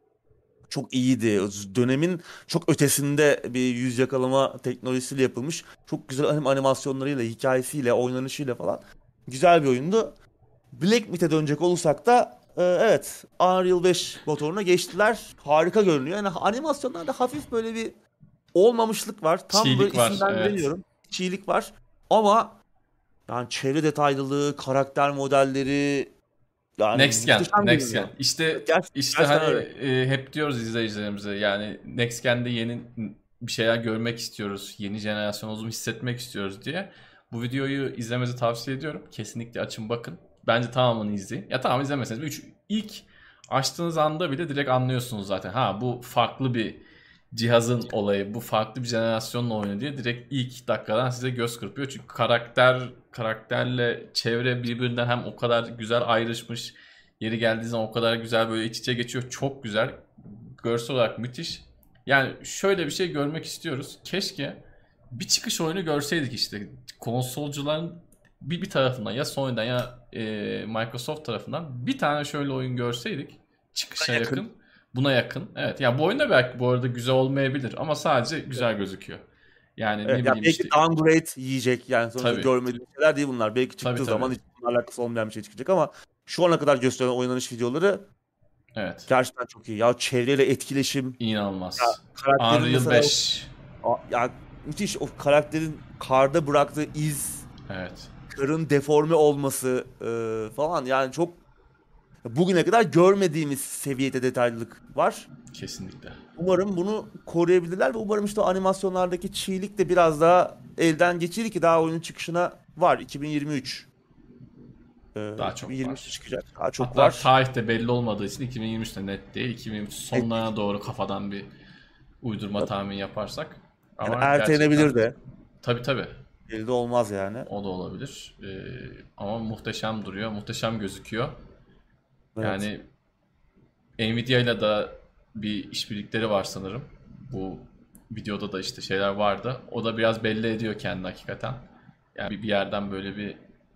Çok iyiydi. Dönemin çok ötesinde bir yüz yakalama teknolojisiyle yapılmış. Çok güzel hem animasyonlarıyla, hikayesiyle, oynanışıyla falan güzel bir oyundu. Black Myth'e dönecek olursak da e, evet Unreal beş motoruna geçtiler. Harika görünüyor. Yani animasyonlarda hafif böyle bir olmamışlık var. Tam Çiğlik böyle var, isimden evet. bilemiyorum. Çiğlik var. Ama yani çevre detaylılığı, karakter modelleri yani Next Gen, muhteşem Next görünüyor. Gen. İşte Ger- işte gerçekten hani öyle. e, hep diyoruz izleyicilerimize yani Next Gen'de yeni bir şeyler görmek istiyoruz. Yeni jenerasyon olduğunu hissetmek istiyoruz diye. Bu videoyu izlemenizi tavsiye ediyorum. Kesinlikle açın bakın. Bence tamamını izleyin. Ya tamam izlemeseniz üç ilk açtığınız anda bile direkt anlıyorsunuz zaten. Ha bu farklı bir cihazın olayı, bu farklı bir jenerasyonun oyunu diye direkt ilk dakikadan size göz kırpıyor. Çünkü karakter karakterle çevre birbirinden hem o kadar güzel ayrışmış. Yeri geldiği zaman o kadar güzel böyle iç içe geçiyor. Çok güzel. Görsel olarak müthiş. Yani şöyle bir şey görmek istiyoruz. Keşke bir çıkış oyunu görseydik işte. Konsolcuların bir, bir tarafından ya Sony'den ya e, Microsoft tarafından bir tane şöyle oyun görseydik. Çıkışa Yakın. yakın. Buna yakın. Evet. Ya bu oyun da belki bu arada güzel olmayabilir ama sadece güzel gözüküyor. Yani Evet, ne ya bileyim belki işte downgrade yiyecek yani sonuçta tabii. görmediğim şeyler değil bunlar. Belki Tabii çıktığı tabii. zaman hiç bununla alakası olmayan bir şey çıkacak ama şu ana kadar gösterilen oynanış videoları Evet. gerçekten çok iyi. Ya çevreyle etkileşim, ya İnanılmaz. karakterin Unreal mesela beş. o, ya müthiş o karakterin karda bıraktığı iz, Evet. karın deforme olması e, falan yani çok bugüne kadar görmediğimiz seviyede detaylılık var. Kesinlikle. Umarım bunu koruyabilirler ve umarım işte o animasyonlardaki çiğlik de biraz daha elden geçirir ki daha oyunun çıkışına var. iki bin yirmi üç. Ee, Daha çok iki bin yirmi üçte var. çıkacak. Daha çok Hatta var. tarih de belli olmadığı için iki bin yirmi üçte net değil. iki bin yirmi üç Evet, sonlarına doğru kafadan bir uydurma tabii. tahmin yaparsak. Yani Ama gerçekten ertelenebilir de. tabii tabii Belli de olmaz yani. o da olabilir. Ee, ama muhteşem duruyor. Muhteşem gözüküyor. Evet. Yani Nvidia ile de bir işbirlikleri var sanırım. Bu videoda da işte şeyler vardı. O da biraz belli ediyor kendini hakikaten. Yani bir bir yerden böyle bir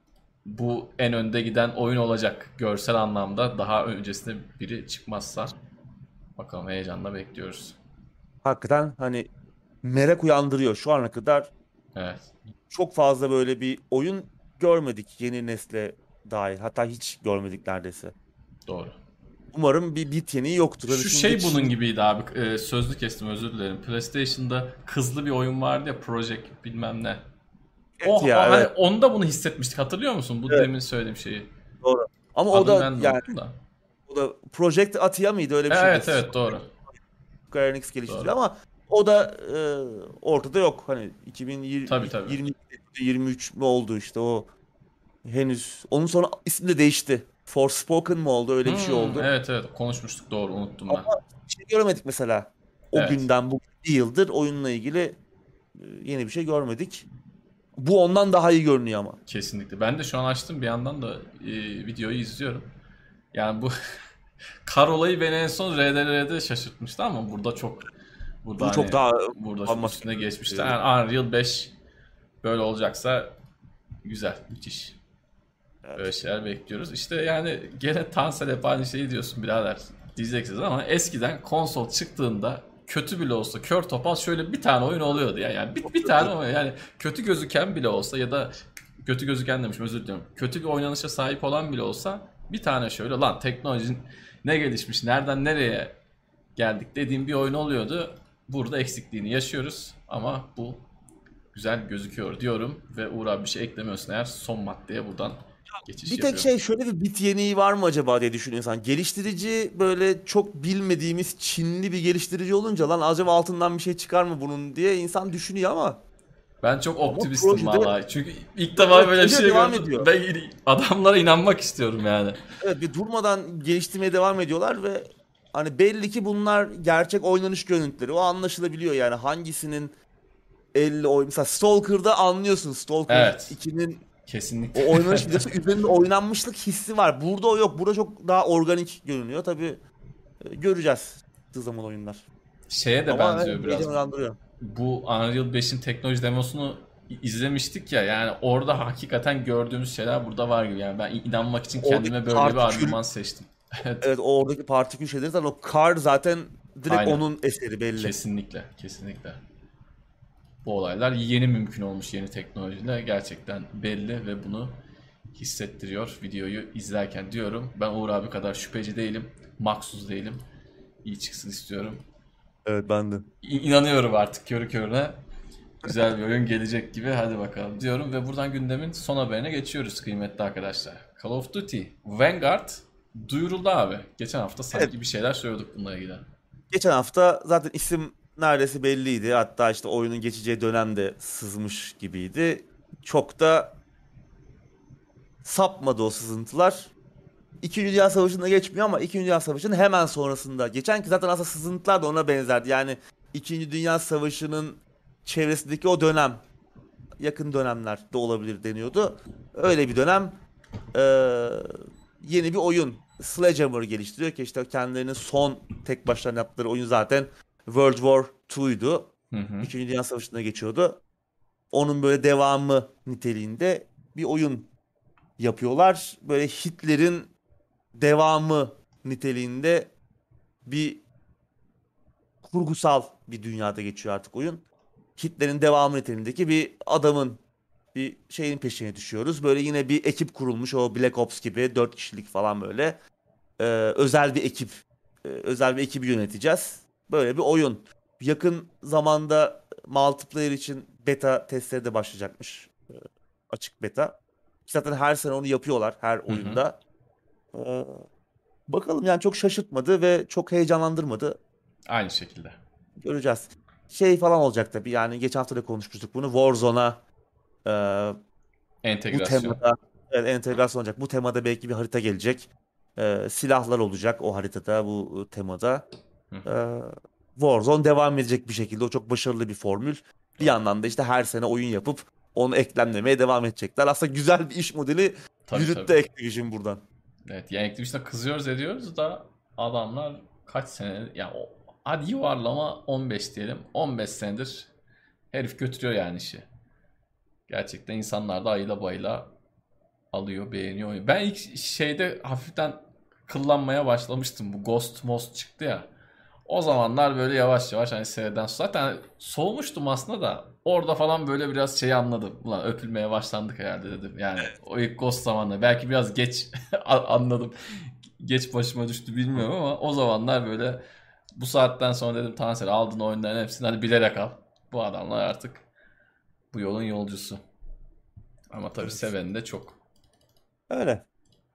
bu en önde giden oyun olacak görsel anlamda daha öncesinde biri çıkmazsa bakalım heyecanla bekliyoruz. Hakikaten hani merak uyandırıyor. Şu ana kadar Evet, çok fazla böyle bir oyun görmedik yeni nesle dair. Hatta hiç görmedik neredeyse. doğru. Umarım bir bit yeniği yoktur. Hani Şu şimdi şey bunun Çin- gibiydi abi. E, sözlü kestim özür dilerim. PlayStation'da hızlı bir oyun vardı ya Project bilmem ne. Evet O, o ya hani evet. onda bunu hissetmiştik. Hatırlıyor musun? Bu Evet demin söylediğim şeyi. doğru. Ama o Adını da ben de yani unuttum da. o da Project Atia mıydı öyle E, bir şeydi. Evet evet doğru. Square Enix geliştiriyor Doğru. ama o da e, ortada yok. Hani Tabii tabii. iki bin yirmi yirmi üç mü oldu işte o henüz. Onun sonra ismi de değişti. Forspoken mu oldu öyle bir şey Hmm, oldu. evet evet konuşmuştuk doğru unuttum Ama ben. bir şey göremedik mesela. O Evet. günden bu bir yıldır oyunla ilgili e, yeni bir şey görmedik. Bu ondan daha iyi görünüyor ama. Kesinlikle. Ben de şu an açtım bir yandan da e, videoyu izliyorum. Yani bu kar olayı beni en son R D R'de şaşırtmıştı ama burada çok burada Bu çok hani daha burada çok bambaşka. üstüne geçmişti. Evet. Yani Unreal beş böyle olacaksa güzel, müthiş. Böyle şeyler bekliyoruz. İşte yani gene Tansel hep aynı şeyi diyorsun birader. Diyeceksiniz ama eskiden konsol çıktığında kötü bile olsa kör topal şöyle bir tane oyun oluyordu ya. Yani bir, bir tane oyun yani kötü gözüken bile olsa ya da kötü gözüken demişim özür diliyorum. Kötü bir oynanışa sahip olan bile olsa bir tane şöyle lan teknolojinin ne gelişmiş nereden nereye geldik dediğim bir oyun oluyordu. Burada eksikliğini yaşıyoruz ama bu güzel gözüküyor diyorum ve Uğur abi bir şey eklemiyorsun eğer son maddeye buradan geçiş Bir tek yapıyorum. şey, şöyle bir bit yeniği var mı acaba diye düşünüyor insan. Geliştirici böyle çok bilmediğimiz Çinli bir geliştirici olunca lan acaba altından bir şey çıkar mı bunun diye insan düşünüyor ama Ben çok ama optimistim projede vallahi. Çünkü ilk defa böyle bir proje şey devam gördüm. ediyor. Ben adamlara inanmak istiyorum yani. Evet, bir durmadan geliştirmeye devam ediyorlar ve hani belli ki bunlar gerçek oynanış görüntüleri. O anlaşılabiliyor yani hangisinin elle oyn mesela Stalker'da anlıyorsun. Stalker Evet. ikinin Kesinlikle. o oynanış videosu üzerinde oynanmışlık hissi var. Burada o yok. Burada çok daha organik görünüyor. Tabii e, göreceğiz bu zaman oyunlar. Şeye de Ama benziyor evet, biraz. heyecan uyandırıyor. Bu Unreal beşin teknoloji demosunu izlemiştik ya, yani orada hakikaten gördüğümüz şeyler burada var gibi. Yani ben inanmak için Oradaki kendime böyle bir partikül, argüman seçtim. Evet. evet, o oradaki partikül şeyleri zaten o kar zaten direkt Aynen. onun eseri belli. Kesinlikle. Kesinlikle. Bu olaylar yeni mümkün olmuş, yeni teknolojiyle gerçekten belli ve bunu hissettiriyor videoyu izlerken diyorum. Ben Uğur abi kadar şüpheci değilim. Maksuz değilim. İyi çıksın istiyorum. Evet, ben de. İ- İnanıyorum artık körü körüne. Güzel bir oyun gelecek gibi, hadi bakalım diyorum ve buradan gündemin son haberine geçiyoruz kıymetli arkadaşlar. Call of Duty Vanguard duyuruldu abi. Geçen hafta sanki Evet, bir şeyler söylüyorduk bununla ilgili. geçen hafta zaten isim neredeyse belliydi. Hatta işte oyunun geçeceği dönemde sızmış gibiydi. Çok da sapmadı o sızıntılar. İkinci Dünya Savaşı'nda geçmiyor ama İkinci Dünya Savaşı'nın hemen sonrasında geçen, ki zaten aslında sızıntılar da ona benzerdi. Yani İkinci Dünya Savaşı'nın çevresindeki o dönem, yakın dönemlerde olabilir deniyordu. Öyle bir dönem eee, yeni bir oyun. Sledgehammer geliştiriyor ki işte kendilerinin son tek başlarına yaptıkları oyun zaten World War iki'ydu. Hı hı. İkinci Dünya Savaşı'nda geçiyordu. Onun böyle devamı niteliğinde bir oyun yapıyorlar. Böyle Hitler'in devamı niteliğinde bir kurgusal bir dünyada geçiyor artık oyun. Hitler'in devamı niteliğindeki bir adamın bir şeyin peşine düşüyoruz. Böyle yine bir ekip kurulmuş, o Black Ops gibi dört kişilik falan böyle. Ee, özel bir ekip, e, özel bir ekibi yöneteceğiz. Böyle bir oyun. Yakın zamanda multiplayer için beta testleri de başlayacakmış. Ee, açık beta. Zaten her sene onu yapıyorlar her Hı hı. oyunda. Ee, bakalım yani, çok şaşırtmadı ve çok heyecanlandırmadı. Aynı şekilde. Göreceğiz. Şey falan olacak tabii, yani geçen hafta da konuşmuştuk bunu. Warzone'a e, bu Entegrasyon. temada, evet, entegrasyon olacak. Bu temada belki bir harita gelecek. E, silahlar olacak o haritada, bu temada. Hı hı. E, Warzone devam edecek bir şekilde. O çok başarılı bir formül. Bir Doğru. yandan da işte her sene oyun yapıp onu eklemlemeye devam edecekler. Aslında güzel bir iş modeli Tabii yürüttü tabii. Activision buradan. Evet, yani Activision'a kızıyoruz ediyoruz da adamlar kaç sene, ya o, hadi yuvarlama on beş diyelim, on beş senedir herif götürüyor yani işi. Gerçekten insanlar da ayıla bayıla alıyor, beğeniyor oyunu. Ben ilk şeyde hafiften kıllanmaya başlamıştım. Bu Ghost Most çıktı ya. O zamanlar böyle yavaş yavaş hani seriden zaten soğumuştum aslında da orada falan böyle biraz şeyi anladım. Ulan öpülmeye başlandık herhalde dedim. Yani o ilk Ghost zamanında belki biraz geç anladım. Geç başıma düştü bilmiyorum ama o zamanlar böyle bu saatten sonra dedim Tansel aldın oyunların hepsini hadi bilerek al. Bu adamlar artık bu yolun yolcusu. Ama tabii Evet. seveni de çok. Öyle.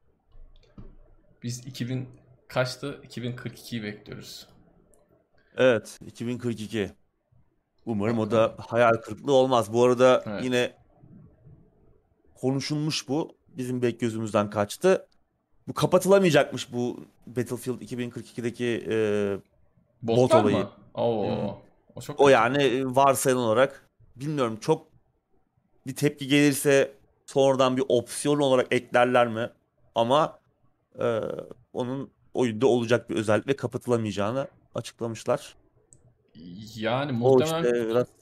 Biz iki bin kaçtı? iki bin kırk ikiyi bekliyoruz. Evet, iki bin kırk iki. Umarım o Bakalım. da hayal kırıklığı olmaz. Bu arada Evet. yine konuşulmuş bu. Bizim bek gözümüzden kaçtı. Bu kapatılamayacakmış, bu Battlefield iki bin kırk ikideki e, bot Botlar olayı. mı? Hı hı. Oo. O çok O kötü. yani e, varsayılan olarak, bilmiyorum, çok bir tepki gelirse sonradan bir opsiyon olarak eklerler mi? Ama e, onun oyunda olacak bir özellik ve kapatılamayacağını açıklamışlar. Yani O muhtemelen işte biraz,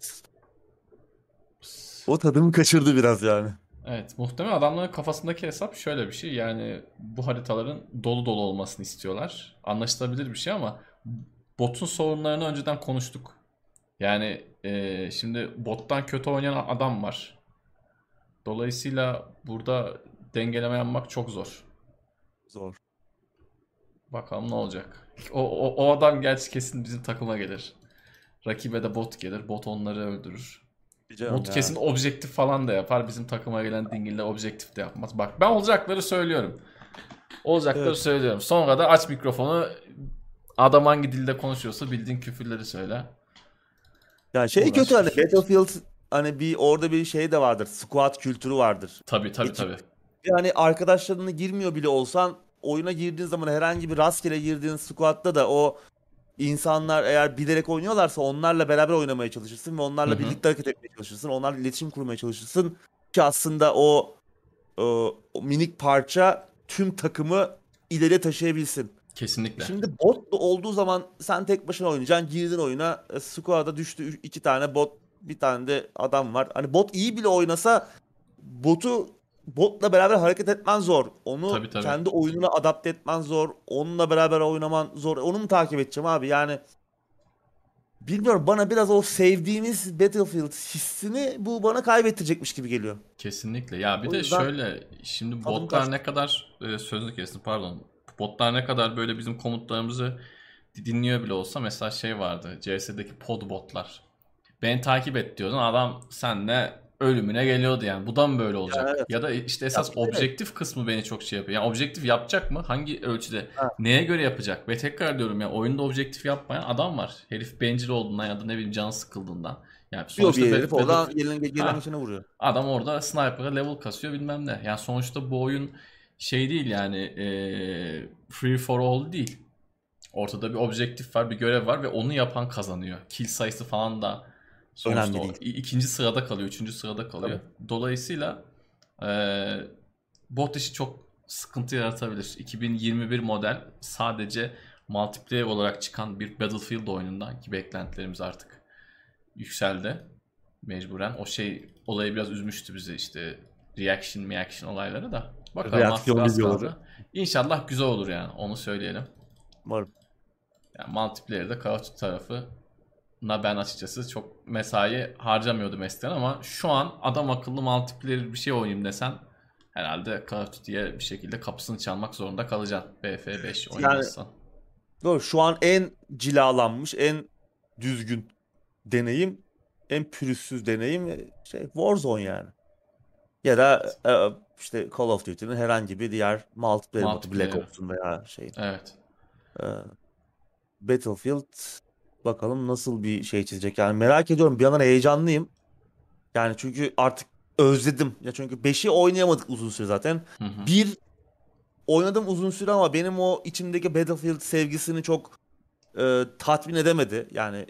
o tadımı kaçırdı biraz yani. evet, muhtemelen adamların kafasındaki hesap şöyle bir şey. Yani bu haritaların dolu dolu olmasını istiyorlar. Anlaşılabilir bir şey ama botun sorunlarını önceden konuştuk. Yani e, şimdi bottan kötü oynayan adam var. Dolayısıyla burada dengeleme yapmak çok zor. Zor. Bakalım ne olacak. O, o, o adam gerçi kesin bizim takıma gelir. Rakibe de bot gelir. Bot onları öldürür. Canım Bot ya. kesin objektif falan da yapar. Bizim takıma gelen dingiller objektif de yapmaz. Bak ben olacakları söylüyorum. Olacakları Evet. söylüyorum. Sonra da aç mikrofonu. Adam hangi dilde konuşuyorsa bildiğin küfürleri söyle. Yani şey Uğraş kötü hani küfür. Battlefield hani bir orada bir şey de vardır. Squad kültürü vardır. Tabii tabii Ekip. tabii. Yani arkadaşlarını girmiyor bile olsan oyuna girdiğin zaman herhangi bir rastgele girdiğin squad'da da o insanlar eğer bilerek oynuyorlarsa onlarla beraber oynamaya çalışırsın ve Hı onlarla hı. birlikte hareket etmeye çalışırsın. Onlarla iletişim kurmaya çalışırsın. Ki aslında o, o, o minik parça tüm takımı ileriye taşıyabilsin. Kesinlikle. Şimdi bot da olduğu zaman sen tek başına oynayacaksın. Girdin oyuna. E, squad'a düştü üç- iki tane bot, bir tane de adam var. Hani bot iyi bile oynasa botu botla beraber hareket etmen zor. Onu Tabii tabii. kendi oyununa adapte etmen zor. Onunla beraber oynaman zor. Onu mu takip edeceğim abi? Yani bilmiyorum, bana biraz o sevdiğimiz Battlefield hissini bu bana kaybettirecekmiş gibi geliyor. Kesinlikle. Ya bir O de yüzden şöyle şimdi tadım botlar kaçtı. ne kadar e, sözünü kestim pardon. Botlar ne kadar böyle bizim komutlarımızı dinliyor bile olsa mesela şey vardı. C S'deki pod botlar. Beni takip et diyordun. Adam senle ölümüne geliyordu yani. Bu da mı böyle Yani olacak? evet. Ya da işte Ya esas bir de objektif kısmı beni çok şey yapıyor. Yani objektif yapacak mı? Hangi ölçüde? ha, Neye göre yapacak? Ve tekrar diyorum ya oyunda objektif yapmayan adam var. Herif bencil olduğundan ya da ne bileyim canı sıkıldığından. Yani diyor sonuçta bir herif Bat- oradan Battlefield... gelen, gelen Ha, geçene vuruyor. adam orada sniper'a level kasıyor bilmem ne. Yani sonuçta bu oyun şey değil yani eee, free for all değil. Ortada bir objektif var, bir görev var ve onu yapan kazanıyor. Kill sayısı falan da sonuçta Önemli o değil. i- ikinci sırada kalıyor, üçüncü sırada Tabii. kalıyor. Dolayısıyla eee, bot işi çok sıkıntı yaratabilir. iki bin yirmi bir model sadece multiplayer olarak çıkan bir Battlefield oyunundan ki beklentilerimiz artık yükseldi mecburen. O şey olayı biraz üzmüştü bizi işte reaction reaction olayları da. Bakalım az, Reaksiyon az videoları. kaldı. İnşallah güzel olur yani onu söyleyelim. Umarım. Yani multiplayer'de Call of Duty tarafına ben açıkçası çok mesai harcamıyordum eskiden ama şu an adam akıllı multiplayer bir şey oynayayım desen herhalde Call of Duty'ye bir şekilde kapısını çalmak zorunda kalacaksın. B F beş Yani oynamazsan. doğru, şu an en cilalanmış, en düzgün deneyim, en pürüzsüz deneyim e, şey Warzone yani. Ya da Evet. e, işte Call of Duty'nin herhangi bir diğer multiplayer modu, Black Multiplayer. Ops'un veya şey. Evet. e, Battlefield bakalım nasıl bir şey çizecek. Yani merak ediyorum. Bir yandan heyecanlıyım. Yani çünkü artık özledim. Ya çünkü beşi oynayamadık uzun süre zaten. Hı hı. Bir oynadım uzun süre ama benim o içimdeki Battlefield sevgisini çok e, tatmin edemedi. Yani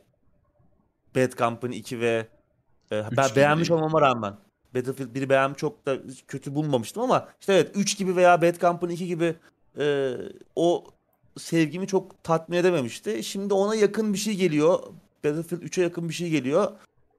Bad Company iki ve e, ben üç gibi beğenmiş değil. olmama rağmen Battlefield biri beğenmiş, çok da kötü bulmamıştım ama işte evet, üç gibi veya Bad Company iki gibi e, o sevgimi çok tatmin edememişti. Şimdi ona yakın bir şey geliyor. Battlefield üçe yakın bir şey geliyor.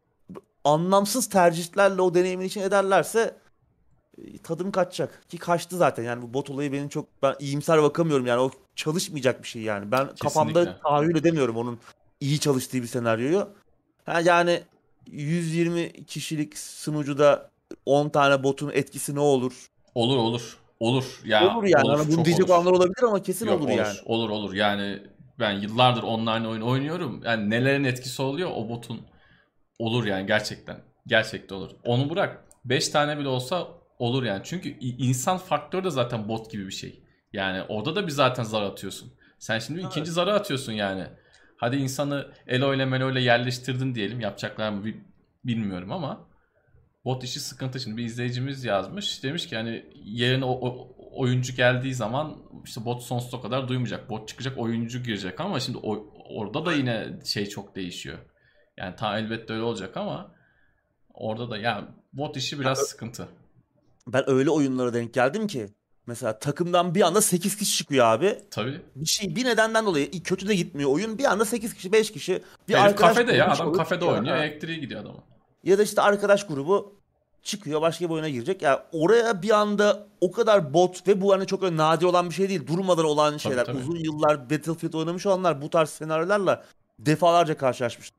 Anlamsız tercihlerle o deneyimin için ederlerse e, tadım kaçacak. Ki kaçtı zaten. Yani bu bot olayı benim çok, ben iyimser bakamıyorum yani. O çalışmayacak bir şey yani. Ben Kesinlikle. kafamda tahayyül edemiyorum onun iyi çalıştığı bir senaryoyu. Ha, yani yüz yirmi kişilik sunucuda on tane botun etkisi ne olur? Olur olur. Olur. Ya Olur yani. olur. Hani bunu Çok diyecek olur. olanlar olabilir ama kesin Yok olur yani. olur. Olur olur. Yani ben yıllardır online oyun oynuyorum. Yani nelerin etkisi oluyor o botun. Olur yani gerçekten. Gerçekten olur. Onu bırak. Beş tane bile olsa olur yani. Çünkü i- insan faktörü de zaten bot gibi bir şey. Yani orada da bir zaten zar atıyorsun. Sen şimdi ikinci Evet. zarı atıyorsun yani. Hadi insanı Elo ile Melo ile yerleştirdin diyelim. Yapacaklar mı bi- bilmiyorum ama bot işi sıkıntı. Şimdi bir izleyicimiz yazmış. Demiş ki hani yerine o, o- oyuncu geldiği zaman işte bot sonsuza kadar duymayacak. Bot çıkacak, oyuncu girecek ama şimdi o- orada da yine şey çok değişiyor. Yani ta elbette öyle olacak ama orada da ya bot işi Ya, biraz ö- sıkıntı. ben öyle oyunlara denk geldim ki mesela takımdan bir anda sekiz kişi çıkıyor abi. Tabii. Bir şey, bir nedenden dolayı kötü de gitmiyor oyun. Bir anda sekiz kişi, beş kişi bir Herif arkadaş kafede ya. grubu Adam çıkıyor. kafede çıkıyor. oynuyor. Ha. Elektriği gidiyor adamın. Ya da işte arkadaş grubu çıkıyor, başka bir oyuna girecek. Ya oraya bir anda o kadar bot ve bu hani çok öyle nadir olan bir şey değil. Durmadan olan Tabii şeyler. tabii. Uzun yıllar Battlefield oynamış olanlar bu tarz senaryolarla defalarca karşılaşmış.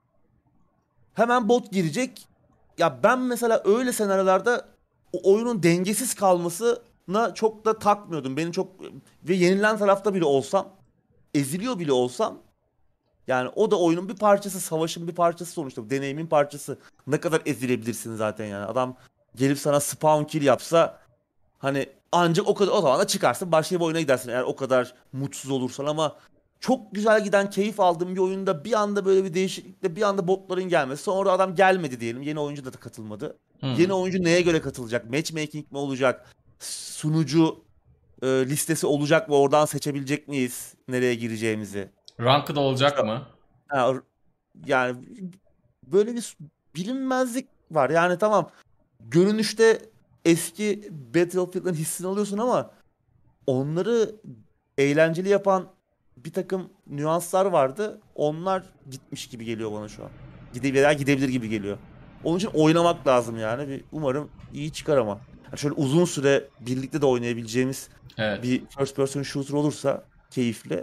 Hemen bot girecek. Ya ben mesela öyle senaryolarda o oyunun dengesiz kalmasına çok da takmıyordum. Beni çok, ve yenilen tarafta bile olsam. eziliyor bile olsam yani o da oyunun bir parçası, savaşın bir parçası sonuçta. Deneyimin parçası. Ne kadar ezilebilirsin zaten yani. Adam gelip sana spawn kill yapsa hani ancak o kadar, o zaman da çıkarsın başka bir oyuna gidersin eğer o kadar mutsuz olursan, ama çok güzel giden, keyif aldığım bir oyunda bir anda böyle bir değişiklikle bir anda botların gelmesi, sonra adam gelmedi diyelim, yeni oyuncu da katılmadı. Hmm. Yeni oyuncu neye göre katılacak? Matchmaking mi olacak? Sunucu e, listesi olacak mı? Oradan seçebilecek miyiz nereye gireceğimizi? Ranked olacak mı? Ha, yani böyle bir bilinmezlik var. Yani tamam, görünüşte eski Battlefield'ın hissini alıyorsun ama onları eğlenceli yapan bir takım nüanslar vardı. Onlar gitmiş gibi geliyor bana şu an. Gide veya gidebilir gibi geliyor. Onun için oynamak lazım yani. Bir, umarım iyi çıkar ama. Yani şöyle uzun süre birlikte de oynayabileceğimiz Evet. bir first person shooter olursa keyifli.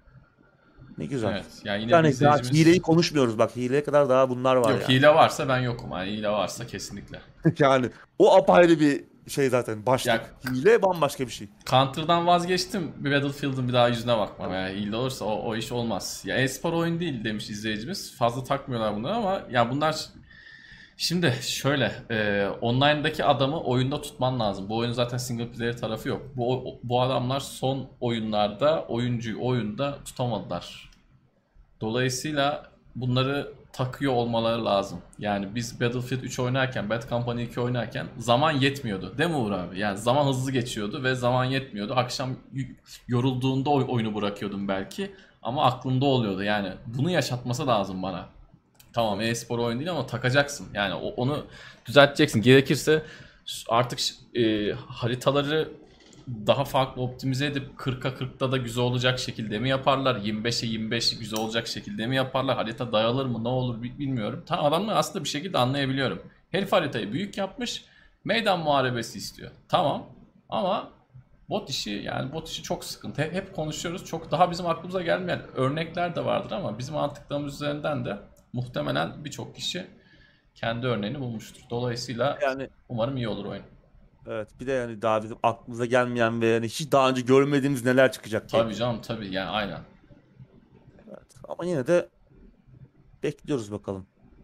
Ne güzel. Evet. Yani yine bir Yani daha hileyi izleyicimiz... konuşmuyoruz. Bak, hileye kadar daha bunlar var Yok, yani. hile varsa ben yokum. Yani hile varsa kesinlikle. Yani o apayrı bir şey zaten. Ya Başlık. Hile bambaşka bir şey. Counter'dan vazgeçtim. Bir Battlefield'ın bir daha yüzüne bakmam. Yani hile olursa o, o iş olmaz. Ya e-spor oyun değil demiş izleyicimiz. Fazla takmıyorlar bunları ama ya bunlar şimdi şöyle e, online'daki adamı oyunda tutman lazım. Bu oyunun zaten single player tarafı yok. Bu bu adamlar son oyunlarda oyuncuyu oyunda tutamadılar. Dolayısıyla bunları takıyor olmaları lazım. Yani biz Battlefield üç oynarken, Bad Company iki oynarken zaman yetmiyordu. Değil mi Uğur abi? Yani zaman hızlı geçiyordu ve zaman yetmiyordu. Akşam y- yorulduğunda oy- oyunu bırakıyordum belki. Ama aklımda oluyordu. Yani bunu yaşatması lazım bana. Tamam, e-spor oyun değil ama takacaksın. Yani o- onu düzelteceksin. Gerekirse artık e, haritaları daha farklı optimize edip kırka kırkta da güzel olacak şekilde mi yaparlar? yirmi beşe yirmi beş güzel olacak şekilde mi yaparlar? Harita dayalır mı? Ne olur bilmiyorum. Tam adamları aslında bir şekilde anlayabiliyorum. Herif haritayı büyük yapmış. Meydan muharebesi istiyor. Tamam. Ama bot işi, yani bot işi çok sıkıntı. Hep, hep konuşuyoruz. Çok daha bizim aklımıza gelmeyen örnekler de vardır ama bizim mantıklarımız üzerinden de muhtemelen birçok kişi kendi örneğini bulmuştur. Dolayısıyla Yani umarım iyi olur oyun. evet, bir de yani daha bizim aklımıza gelmeyen ve yani hiç daha önce görmediğimiz neler çıkacak Tabii gameplay. canım, tabii yani aynen. Evet. Ama yine de bekliyoruz bakalım.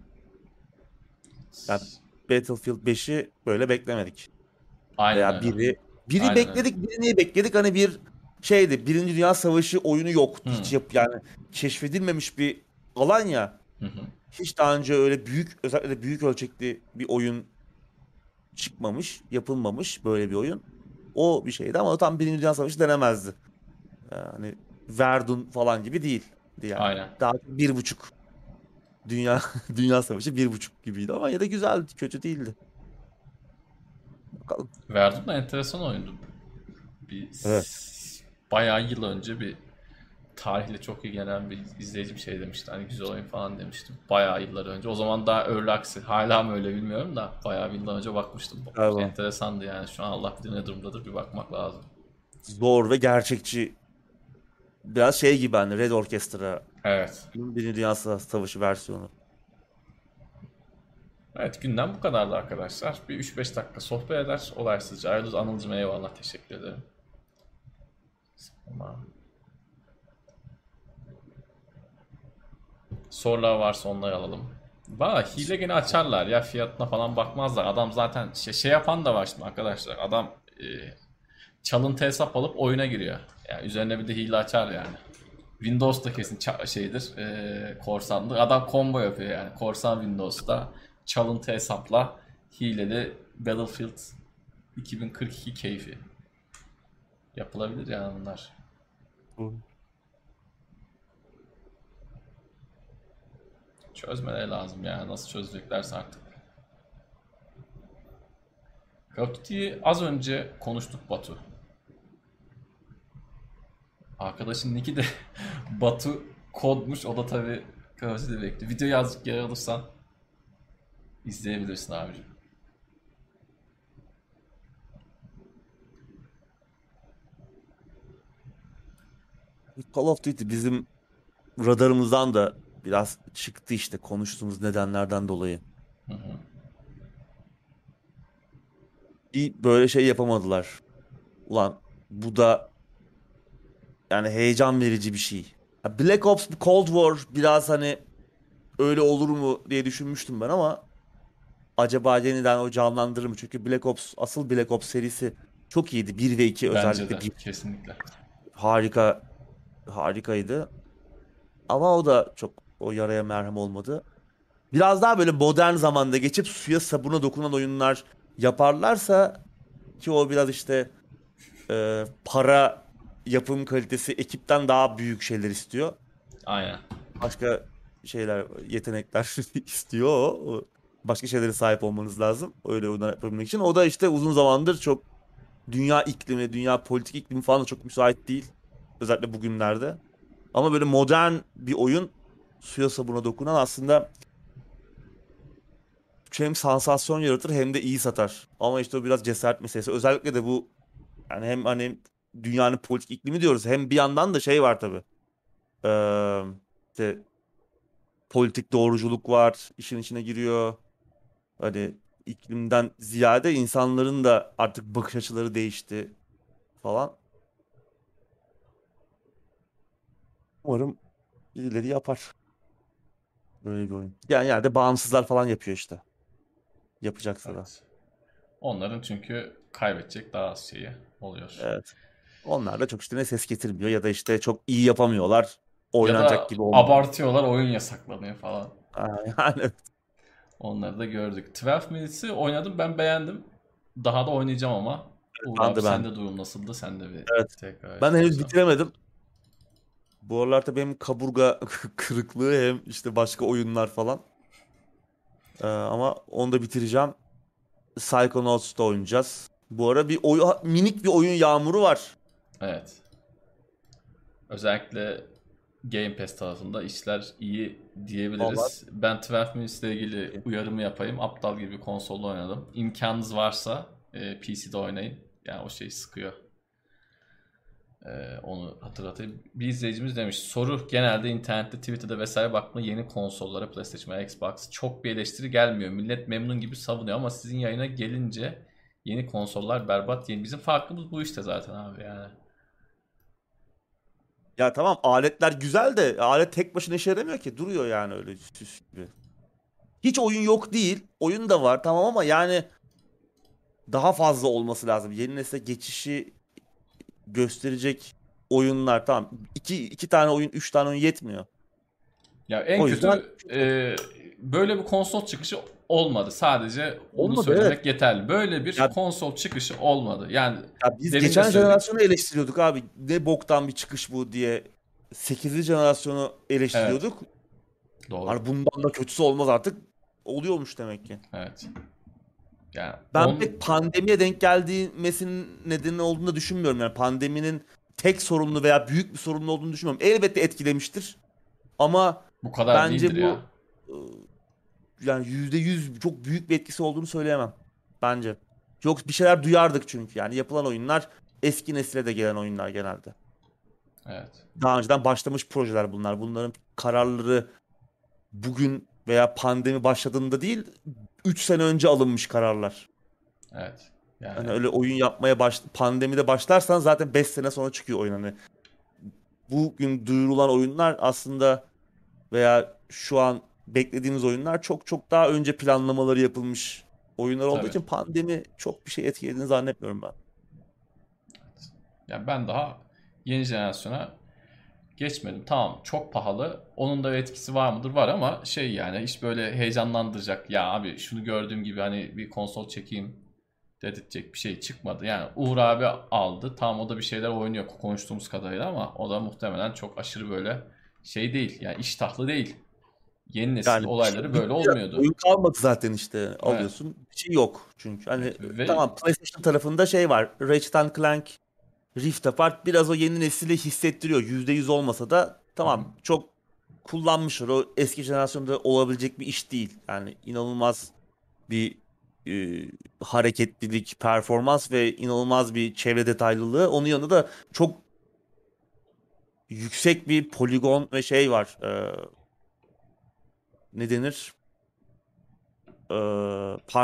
Yani Battlefield beşi böyle beklemedik. Aynen Veya öyle. biri biri Aynen öyle. bekledik, biri niye bekledik? Hani bir şeydi. Birinci Dünya Savaşı oyunu yoktu. Hı. Hiç yap yani keşfedilmemiş bir alan ya. Hı hı. Hiç daha önce öyle büyük, özellikle de büyük ölçekli bir oyun çıkmamış, yapılmamış böyle bir oyun. O bir şeydi ama tam Birinci Dünya Savaşı denemezdi. Yani Verdun falan gibi değildi yani. Aynen. Daha çok bir buçuk dünya dünya savaşı bir buçuk gibiydi ama ya da güzeldi, kötü değildi. Bakalım. Verdun da enteresan oyundu. Bir Evet. bayağı yıl önce bir tarihle çok ilgilenen bir izleyicim şey demişti. Hani güzel oyun falan demiştim. Bayağı yıllar önce. O zaman daha early access. Hala mı öyle bilmiyorum da bayağı bir yıllar önce bakmıştım. Galiba. Enteresandı yani. Şu an Allah bilir ne durumdadır, bir bakmak lazım. Zor ve gerçekçi. Biraz şey gibi, hani Red Orchestra. Evet. Birinci Dünya Savaşı versiyonu. Evet, günden bu kadardı arkadaşlar. Bir üç beş dakika sohbet eder olaysızca. Ayrılırız. Anılcım eyvallah, teşekkür ederim. Tamam. Sorular varsa onları alalım. Valla hile gene açarlar ya, fiyatına falan bakmazlar. Adam zaten şey, şey yapan da var şimdi arkadaşlar. Adam e, çalıntı hesap alıp oyuna giriyor. Yani üzerine bir de hile açar yani. Windows'ta kesin ça- şeydir, e, korsandır. Adam combo yapıyor yani. Korsan Windows'ta çalıntı hesapla hileli Battlefield iki bin kırk iki keyfi. Yapılabilir yani bunlar. Hı. Çözmeleri lazım yani, nasıl çözeceklerse artık. Call of Duty'yi az önce konuştuk Batu. Arkadaşın nicki de Batu kodmuş. O da tabi Call of Duty'de bekliyor. Videoyu azıcık geri alırsan izleyebilirsin abicim. Call of Duty bizim radarımızdan da biraz çıktı işte, konuştuğumuz nedenlerden dolayı. Hı hı. Bir böyle şey yapamadılar. Ulan bu da yani heyecan verici bir şey. Ha, Black Ops Cold War biraz hani öyle olur mu diye düşünmüştüm ben ama acaba yeniden o canlandırır mı? Çünkü Black Ops, asıl Black Ops serisi çok iyiydi. Bir ve iki, Bence özellikle de bir kesinlikle. harika, harikaydı. Ama o da çok o yaraya merhem olmadı. Biraz daha böyle modern zamanda geçip suya sabuna dokunan oyunlar yaparlarsa, ki o biraz işte e, para, yapım kalitesi, ekipten daha büyük şeyler istiyor. Aynen. Başka şeyler, yetenekler istiyor o. O- Başka şeylere sahip olmanız lazım. Öyle oyunlar yapabilmek için. O da işte uzun zamandır çok, dünya iklimi, dünya politik iklimi falan da çok müsait değil. Özellikle bugünlerde. Ama böyle modern bir oyun, suya sabuna dokunan, aslında hem sansasyon yaratır hem de iyi satar. Ama işte o biraz cesaret meselesi. Özellikle de bu, yani hem hani dünyanın politik iklimi diyoruz, hem bir yandan da şey var tabii. Ee, işte politik doğruculuk var, işin içine giriyor. Hani iklimden ziyade insanların da artık bakış açıları değişti falan. Umarım birileri yapar böyle bir oyun. Yani yani de bağımsızlar falan yapıyor işte. Yapacaksa da. Evet. Onların çünkü kaybedecek daha az şeyi oluyor. Evet. Onlar da çok işte ne ses getirmiyor ya da işte çok iyi yapamıyorlar. Ya Oynanacak da gibi olmuyor. abartıyorlar, oyun yasaklanıyor falan. Ha, yani Onları da gördük. on iki Minutes'i oynadım, ben beğendim. Daha da oynayacağım ama. Uğur ben abi de sen ben. de durum nasıldı? Sen de bir Evet. tekrar Ben et henüz istiyorsan. bitiremedim. Bu aralarda benim kaburga kırıklığı, hem işte başka oyunlar falan. Ee, ama onu da bitireceğim. Psychonauts'ta oynayacağız. Bu ara bir oyun, minik bir oyun yağmuru var. Evet. Özellikle Game Pass tarafında işler iyi Vallahi diyebiliriz. Ben on iki Minutes ile ilgili iyi. uyarımı yapayım. Aptal gibi konsolda oynadım. İmkanınız varsa e, P C'de oynayın. Yani o şey sıkıyor. E, onu hatırlatayım. Bir izleyicimiz demiş. Soru genelde internette, Twitter'da vesaire bakma yeni konsollara, PlayStation ve Xbox. Çok bir eleştiri gelmiyor. Millet memnun gibi savunuyor ama sizin yayına gelince yeni konsollar berbat. Yeni. Bizim farkımız bu işte zaten abi yani. Ya tamam, aletler güzel de alet tek başına işe yaramıyor ki. Duruyor yani öyle süs gibi. Hiç oyun yok değil. Oyun da var tamam ama yani daha fazla olması lazım. Yeni nesile geçişi gösterecek oyunlar, tamam. İki, iki tane oyun, üç tane oyun yetmiyor. Ya en O yüzden kötü e, böyle bir konsol çıkışı olmadı. Sadece onu olmadı, evet. söylemek yeterli. Böyle bir Ya, konsol çıkışı olmadı. Yani ya biz demin de geçen söyledik. jenerasyonu eleştiriyorduk abi. Ne boktan bir çıkış bu diye. Sekizinci jenerasyonu Evet. eleştiriyorduk. Doğru. Hani bundan da kötüsü olmaz artık. Oluyormuş demek ki. Evet. Yani Ben on pek pandemiye denk gelmesinin nedeni olduğunu da düşünmüyorum. Yani pandeminin tek sorumlu veya büyük bir sorumlu olduğunu düşünmüyorum. Elbette etkilemiştir. Ama bu kadar değildir bence bu ya. ıı, yani yüzde yüz çok büyük bir etkisi olduğunu söyleyemem. Bence. Yok, bir şeyler duyardık çünkü. Yani yapılan oyunlar eski nesile de gelen oyunlar genelde. Evet. Daha önceden başlamış projeler bunlar. Bunların kararları bugün veya pandemi başladığında değil, üç sene önce alınmış kararlar. Evet. Hani Yani öyle oyun yapmaya baş, pandemide başlarsan zaten beş sene sonra çıkıyor oyun. Hani bugün duyurulan oyunlar aslında, veya şu an beklediğimiz oyunlar çok çok daha önce planlamaları yapılmış oyunlar olduğu tabii. için pandemi çok bir şey etkilediğini zannetmiyorum ben. Yani ben daha yeni jenerasyona geçmedim. Tamam, çok pahalı. Onun da bir etkisi var mıdır? Var ama şey yani hiç böyle heyecanlandıracak. Ya abi şunu gördüğüm gibi hani bir konsol çekeyim dedirtecek bir şey çıkmadı. Yani Uğur abi aldı. Tamam, o da bir şeyler oynuyor konuştuğumuz kadarıyla ama o da muhtemelen çok aşırı böyle şey değil. Yani iştahlı değil. Yeni nesil Yani bir şey olayları böyle bitti ya, olmuyordu. oyun kalmadı zaten, işte Evet. alıyorsun bir şey yok çünkü. Hani Evet. Ve tamam, PlayStation tarafında şey var, Ratchet and Clank Rift Apart biraz o yeni nesili hissettiriyor. Yüzde yüz olmasa da hı hı. tamam, çok kullanmışlar. O eski jenerasyonda olabilecek bir iş değil. Yani inanılmaz bir e, hareketlilik, performans ve inanılmaz bir çevre detaylılığı. Onun yanında da çok yüksek bir poligon ve şey var. E, ne denir? E,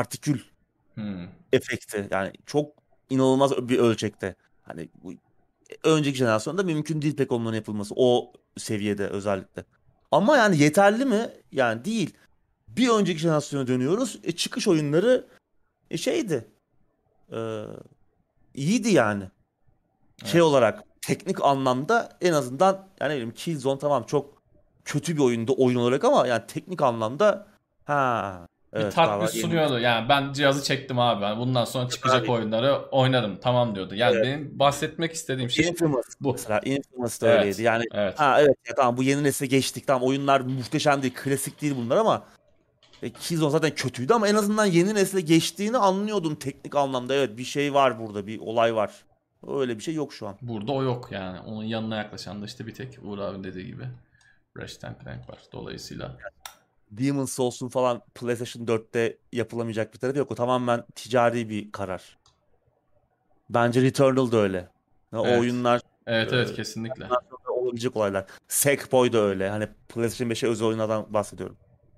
partikül Hmm. efekti. Yani çok inanılmaz bir ölçekte. Hani bu önceki jenerasyonda mümkün değil pek onların yapılması o seviyede özellikle. Ama yani yeterli mi? Yani değil. Bir önceki jenerasyona dönüyoruz. E, çıkış oyunları e, şeydi. E, iyiydi yani. Şey Evet. olarak teknik anlamda en azından yani ne bileyim Killzone tamam çok kötü bir oyundu oyun olarak ama yani teknik anlamda ha Bir evet tatmin galiba yeni sunuyordu. Yani ben cihazı çektim abi. Yani bundan sonra çıkacak abi. oyunları oynarım. Tamam diyordu. Yani Evet. benim bahsetmek istediğim şey Infamous bu. mesela Infamous da öyleydi. Evet. Yani Evet. ha evet ya tamam bu yeni nesile geçtik. Tamam oyunlar muhteşem değil, klasik değil bunlar ama e, Killzone zaten kötüydü ama en azından yeni nesile geçtiğini anlıyordum teknik anlamda. Evet bir şey var burada, bir olay var. Öyle bir şey yok şu an. Burada o yok yani. Onun yanına yaklaşan da işte bir tek Uğur abinin dediği gibi Ratchet Clank var. Dolayısıyla Demon's Souls'un falan PlayStation dörtte yapılamayacak bir tarafı yok. O tamamen ticari bir karar. Bence Returnal da öyle. Ya o evet. oyunlar Evet evet e, kesinlikle. olabilecek olaylar. Sackboy da öyle. Hani PlayStation beşe özel oyunlardan bahsediyorum.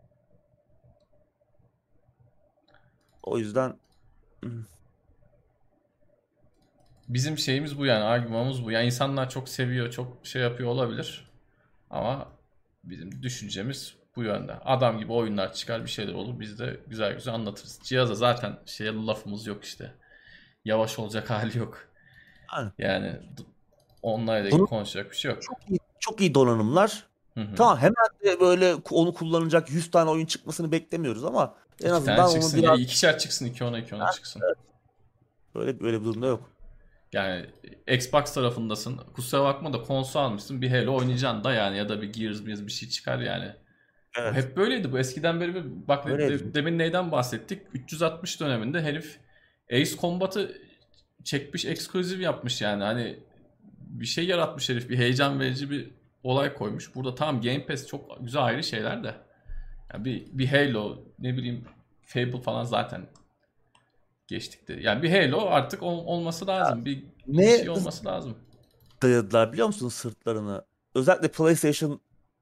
O yüzden hmm, Bizim şeyimiz bu yani. Argümanımız bu. Yani insanlar çok seviyor, çok şey yapıyor olabilir. Ama bizim düşüncemiz bu yönde. Adam gibi oyunlar çıkar bir şeyler olur. Biz de güzel güzel anlatırız. Cihaza zaten şeye lafımız yok işte. Yavaş olacak hali yok. yani Yani d- onlarla ilgili bunu konuşacak bir şey yok. çok iyi, çok iyi donanımlar. Hı hı. Tamam hemen de böyle onu kullanacak yüz tane oyun çıkmasını beklemiyoruz ama en İki tane azından onu çıksın ya biraz ikişer çıksın iki ona iki ona çıksın. böyle böyle bir durumda yok. Yani Xbox tarafındasın. Kusura bakma da konsol almışsın. Bir Halo oynayacaksın da yani ya da bir Gears Gears bir şey çıkar yani. Bu Evet. hep böyleydi. Bu eskiden beri bir bak de- Öyleydi. de- demin neyden bahsettik? üç yüz altmış döneminde herif Ace Combat'ı çekmiş, eksklusif yapmış yani. Hani bir şey yaratmış herif. Bir heyecan verici bir olay koymuş. Burada tamam Game Pass çok güzel ayrı şeyler de. Yani bir, bir Halo, ne bileyim Fable falan zaten geçtikleri. Yani bir Halo artık ol- olması lazım. Bir bir Ne şey olması lazım. dayadılar biliyor musun sırtlarını? Özellikle PlayStation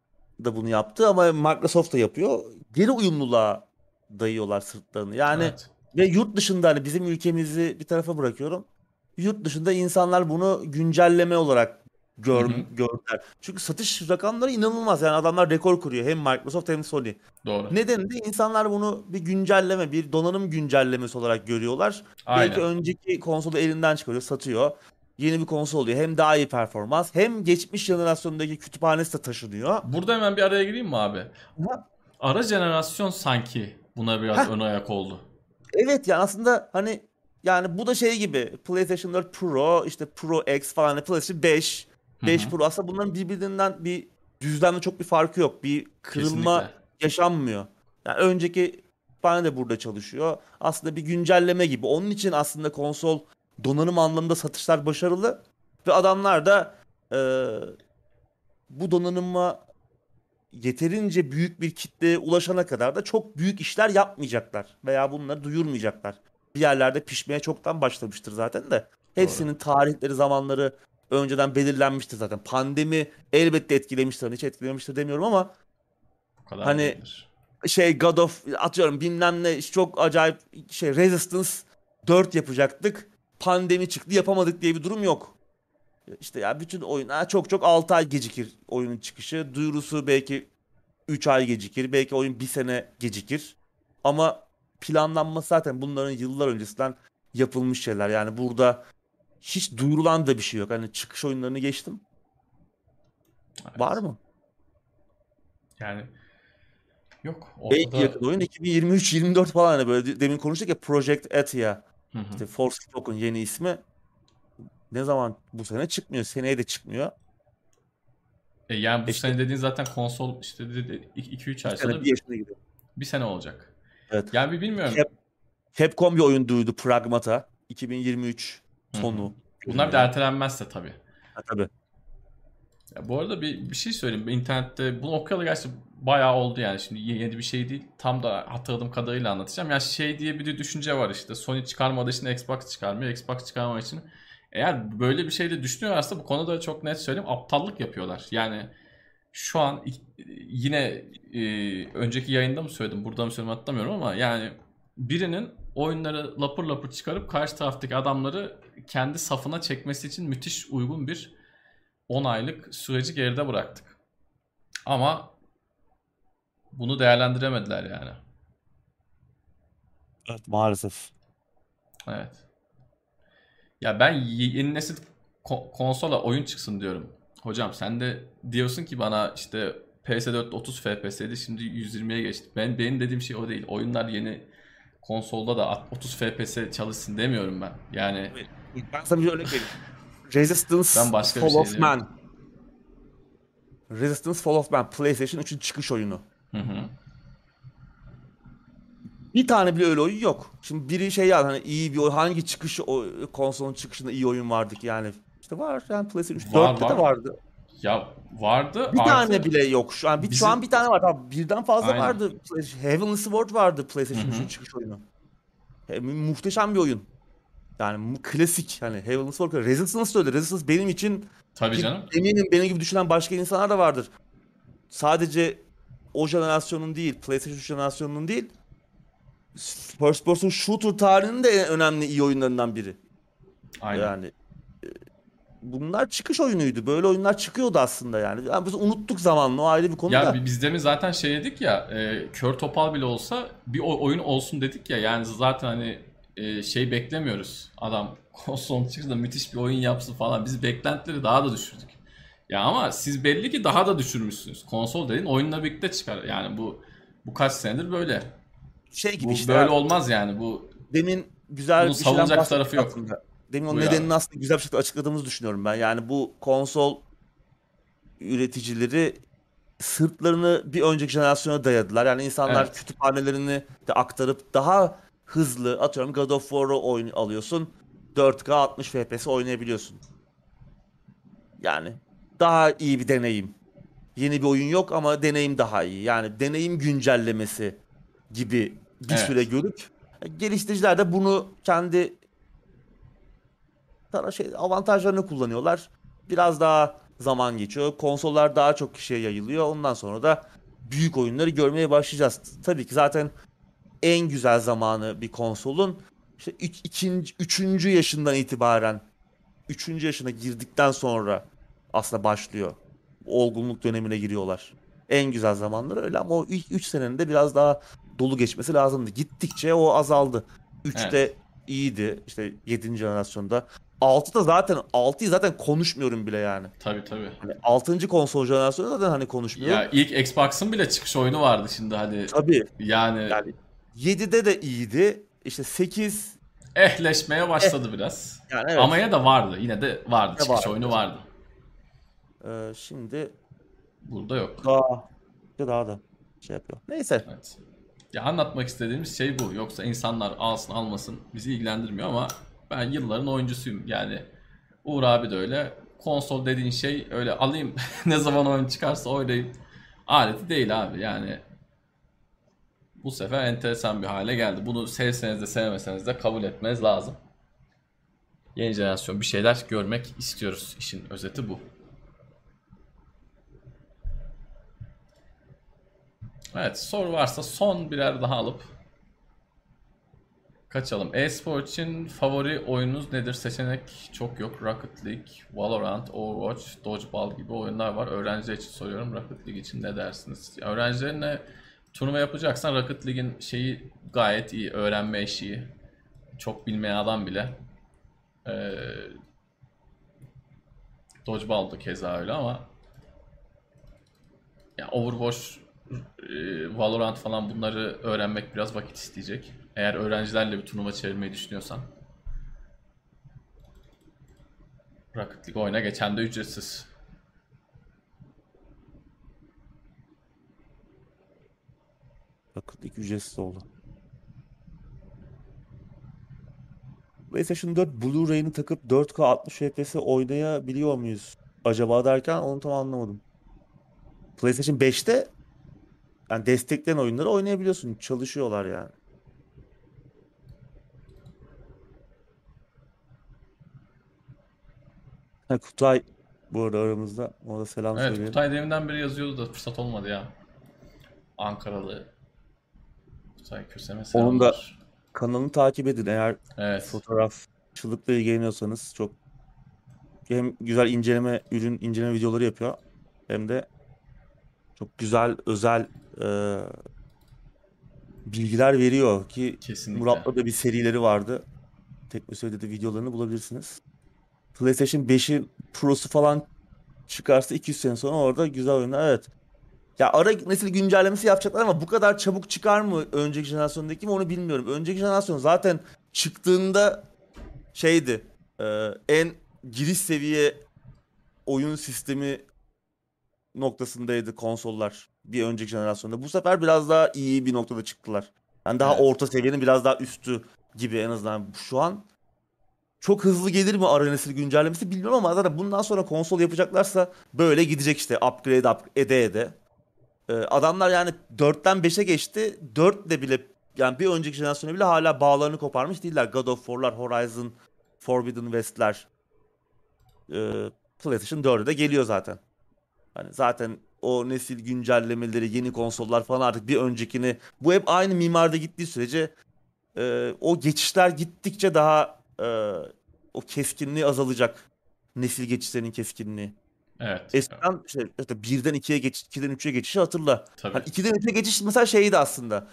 da bunu yaptı ama Microsoft da yapıyor. Geri uyumluluğa dayıyorlar sırtlarını. Yani Evet. ve yurt dışında hani bizim ülkemizi bir tarafa bırakıyorum. Yurt dışında insanlar bunu güncelleme olarak Hı gör, hı. gördüler. Çünkü satış rakamları inanılmaz. Yani adamlar rekor kuruyor. Hem Microsoft hem Sony. Doğru. Nedeni de insanlar bunu bir güncelleme, bir donanım güncellemesi olarak görüyorlar. Belki Aynen. önceki konsolu elinden çıkarıyor, satıyor. Yeni bir konsol oluyor. Hem daha iyi performans, hem geçmiş jenerasyondaki kütüphanesi de taşınıyor. Burada hemen bir araya gireyim mi abi? Ha, Ara jenerasyon sanki buna biraz ha, ön ayak oldu. evet yani aslında hani yani bu da şey gibi PlayStation dört Pro, işte Pro X falan, hani PlayStation beş, Hı beş hı. Pro aslında bunların birbirinden bir düzlemde çok bir farkı yok. Bir kırılma Kesinlikle. yaşanmıyor. Yani önceki kütüphane de burada çalışıyor. Aslında bir güncelleme gibi. Onun için aslında konsol donanım anlamında satışlar başarılı ve adamlar da e, bu donanıma yeterince büyük bir kitleye ulaşana kadar da çok büyük işler yapmayacaklar veya bunları duyurmayacaklar. Bir yerlerde pişmeye çoktan başlamıştır zaten de. Doğru. Hepsinin tarihleri, zamanları önceden belirlenmiştir zaten. Pandemi elbette etkilemiştir, hani hiç etkilememiştir demiyorum ama Bu kadar hani değildir. şey God of atıyorum bilmem ne çok acayip şey Resistance dört yapacaktık. Pandemi çıktı yapamadık diye bir durum yok. İşte ya bütün oyunlar çok çok altı ay gecikir oyunun çıkışı. Duyurusu belki üç ay gecikir. Belki oyun bir sene gecikir. Ama planlanması zaten bunların yıllar öncesinden yapılmış şeyler. Yani burada hiç duyurulan da bir şey yok. Hani çıkış oyunlarını geçtim. Var Evet. mı? Yani yok. En Ortada. yakın oyun iki bin yirmi üç yirmi dört falan, hani böyle demin konuştuk ya Project Athia. Hı hı. İşte Forspoken yeni ismi. Ne zaman bu sene çıkmıyor. Seneye de çıkmıyor. E yani E bu İşte sene dediğin zaten konsol işte iki üç bir ay sene sonra bir yaşına gidiyor. bir sene olacak. Evet. Yani bir bilmiyorum. Cap- Capcom bir oyun duyurdu Pragmata. iki bin yirmi üç Hı hı. sonu Bunlar bir de görünüyor. ertelenmezse tabii. Ha, tabii. Ya bu arada bir, bir şey söyleyeyim. İnternette bunu okuyalı gerçi bayağı oldu yani. Şimdi yeni bir şey değil. Tam da hatırladığım kadarıyla anlatacağım. Ya şey diye bir de düşünce var işte. Sony çıkarmadığı için Xbox çıkarmıyor. Xbox çıkarmadığı için. Eğer böyle bir şey de düşünüyorlarsa bu konuda çok net söyleyeyim. Aptallık yapıyorlar. Yani şu an yine e, önceki yayında mı söyledim, burada mı söyledim hatırlamıyorum ama yani birinin oyunları lapır lapır çıkarıp karşı taraftaki adamları kendi safına çekmesi için müthiş uygun bir on aylık süreci geride bıraktık. Ama bunu değerlendiremediler yani. Evet, maalesef. Evet. Ya ben yeni nesil ko- konsola oyun çıksın diyorum. Hocam sen de diyorsun ki bana işte P S dört otuz F P S'ydi, şimdi yüz yirmiye geçti. Ben benim dediğim şey o değil. Oyunlar yeni konsolda da otuz F P S çalışsın demiyorum ben. Yani Evet. Ben sana bir örnek vereyim. Resistance ben başka bir Fall şey of diyorum. Man. Resistance Fall of Man PlayStation üçün çıkış oyunu. Hı hı. Bir tane bile öyle oyun yok. Şimdi biri şey ya hani iyi bir oyun, hangi çıkış o konsolun çıkışında iyi oyun vardı ki yani. İşte var yani PlayStation üç Var dörtte de var. vardı. Ya vardı Bir tane artı bile yok. Şu an bir şu an bizim bir tane var. Tamam, birden fazla aynen. vardı. Heavenly Sword vardı Hı PlayStation üçün hı. çıkış oyunu. He, mu- muhteşem bir oyun. Yani mu- klasik hani Heavenly Sword. Resistance da öyle. Resistance benim için Tabii ki canım. eminim benim gibi düşünen başka insanlar da vardır. Sadece o jenerasyonun değil, PlayStation üç jenerasyonunun değil, first person shooter tarihinin de en önemli iyi oyunlarından biri. Aynen. Yani bunlar çıkış oyunuydu. Böyle oyunlar çıkıyordu aslında yani. Yani biz unuttuk zamanla, o ayrı bir konu Ya da. bi- biz demin zaten şey dedik ya, e, kör topal bile olsa bir o- oyun olsun dedik ya, yani zaten hani e, şey beklemiyoruz. Adam konsolun çıksın da müthiş bir oyun yapsın falan. Biz beklentileri daha da düşürdük. Ya ama siz belli ki daha da düşürmüşsünüz. Konsol dediğin oyunla birlikte çıkar. Yani bu bu kaç senedir böyle. Şey gibi Bu işte böyle ya, olmaz yani. Bu demin bunun güzel bir şeyden savunacak bahsettik tarafı yok. aslında. Demin o Buyur abi. nedenini aslında güzel bir şekilde açıkladığımızı düşünüyorum ben. Yani bu konsol üreticileri sırtlarını bir önceki jenerasyona dayadılar. Yani insanlar Evet. kütüphanelerini de aktarıp daha hızlı, atıyorum God of War'u oyun alıyorsun. dört K altmış F P S oynayabiliyorsun. Yani daha iyi bir deneyim. Yeni bir oyun yok ama deneyim daha iyi. Yani deneyim güncellemesi gibi bir süre Evet. görüp geliştiriciler de bunu kendi tara- şey avantajlarını kullanıyorlar. Biraz daha zaman geçiyor. Konsollar daha çok kişiye yayılıyor. Ondan sonra da büyük oyunları görmeye başlayacağız. Tabii ki zaten en güzel zamanı bir konsolun işte üç, ikinci, üçüncü yaşından itibaren, üçüncü yaşına girdikten sonra aslında başlıyor. Olgunluk dönemine giriyorlar. En güzel zamanları öyle ama o ilk üç senenin de biraz daha dolu geçmesi lazımdı. Gittikçe o azaldı. Evet. üçte iyiydi işte yedinci jenerasyonda. altıda zaten altıyı zaten konuşmuyorum bile yani. Tabii tabii. Hani altıncı konsol jenerasyonu zaten hani konuşmuyorum. Ya ilk Xbox'ın bile çıkış oyunu vardı şimdi hadi. Tabii Yani yani yedide de iyiydi. İşte sekiz ehleşmeye eh başladı biraz. yani Ama evet yine de vardı. Yine de vardı. ne Çıkış oyunu vardı. vardı. Ee, şimdi Burada yok. daha daha da şey yapıyor. Neyse. Evet. Ya anlatmak istediğimiz şey bu. Yoksa insanlar alsın almasın bizi ilgilendirmiyor ama ben yılların oyuncusuyum. Yani Uğur abi de öyle. Konsol dediğin şey öyle alayım ne zaman oyun çıkarsa oynayayım aleti değil abi. Yani bu sefer enteresan bir hale geldi. Bunu sevseniz de sevmeseniz de kabul etmeniz lazım. Yeni jenerasyon bir şeyler görmek istiyoruz. İşin özeti bu. Evet, soru varsa son birer daha alıp kaçalım. E-spor için favori oyununuz nedir? Seçenek çok yok. Rocket League, Valorant, Overwatch, Dodgeball gibi oyunlar var. Öğrenciler için soruyorum. Rocket League için ne dersiniz? Öğrencilerine turnuva yapacaksan Rocket League'in şeyi gayet iyi. Öğrenme eşiği. Çok bilmeyen adam bile. Ee, Dodgeball da keza öyle ama ya Overwatch, e, Valorant falan bunları öğrenmek biraz vakit isteyecek. Eğer öğrencilerle bir turnuva çevirmeyi düşünüyorsan Rocket League oyna. Geçen de ücretsiz. Bakın ilk ücretsiz oldu. PlayStation dört Blu-ray'ini takıp dört K altmış F P S oynayabiliyor muyuz? Acaba derken onu tam anlamadım. PlayStation beşte yani destekleyen oyunları oynayabiliyorsun. Çalışıyorlar yani. Ha, Kutay bu arada aramızda. Ona da selam Evet, söyleyelim. Kutay deminden beri yazıyordu da fırsat olmadı ya. Ankaralı Kutay Kösem'e Onun da selamlar. kanalını takip edin eğer Evet. fotoğrafçılıkla ilgileniyorsanız. Çok hem güzel inceleme, ürün inceleme videoları yapıyor hem de çok güzel özel e, bilgiler veriyor ki Kesinlikle. Murat'la da bir serileri vardı. Teknoseyir'de de videolarını bulabilirsiniz. PlayStation beşin Pro'su falan çıkarsa iki yüz sene sonra orada güzel oyunlar. Evet. Ya ara nesil güncellemesi yapacaklar ama bu kadar çabuk çıkar mı önceki jenerasyondaki mi onu bilmiyorum. Önceki jenerasyon zaten çıktığında şeydi. e, en giriş seviye oyun sistemi noktasındaydı konsollar bir önceki jenerasyonda. Bu sefer biraz daha iyi bir noktada çıktılar. Yani daha Evet. orta seviyenin biraz daha üstü gibi en azından. Şu an çok hızlı gelir mi ara nesil güncellemesi bilmiyorum ama zaten bundan sonra konsol yapacaklarsa böyle gidecek işte upgrade up ede ede. Ee, adamlar yani dörtten beşe geçti. dört de bile yani bir önceki jenerasyona bile hala bağlarını koparmış değiller. God of War'lar, Horizon, Forbidden West'ler. Ee, PlayStation dörde de geliyor zaten. Hani zaten o nesil güncellemeleri, yeni konsollar falan artık bir öncekini bu hep aynı mimarda gittiği sürece e, o geçişler gittikçe daha e, o keskinliği azalacak. Nesil geçişlerinin keskinliği. Evet. Eskiden işte, işte birden ikiye geç, ikiden üçe geçişi hatırla. Tabii. Hani ikiden üçe geçiş mesela şeydi aslında.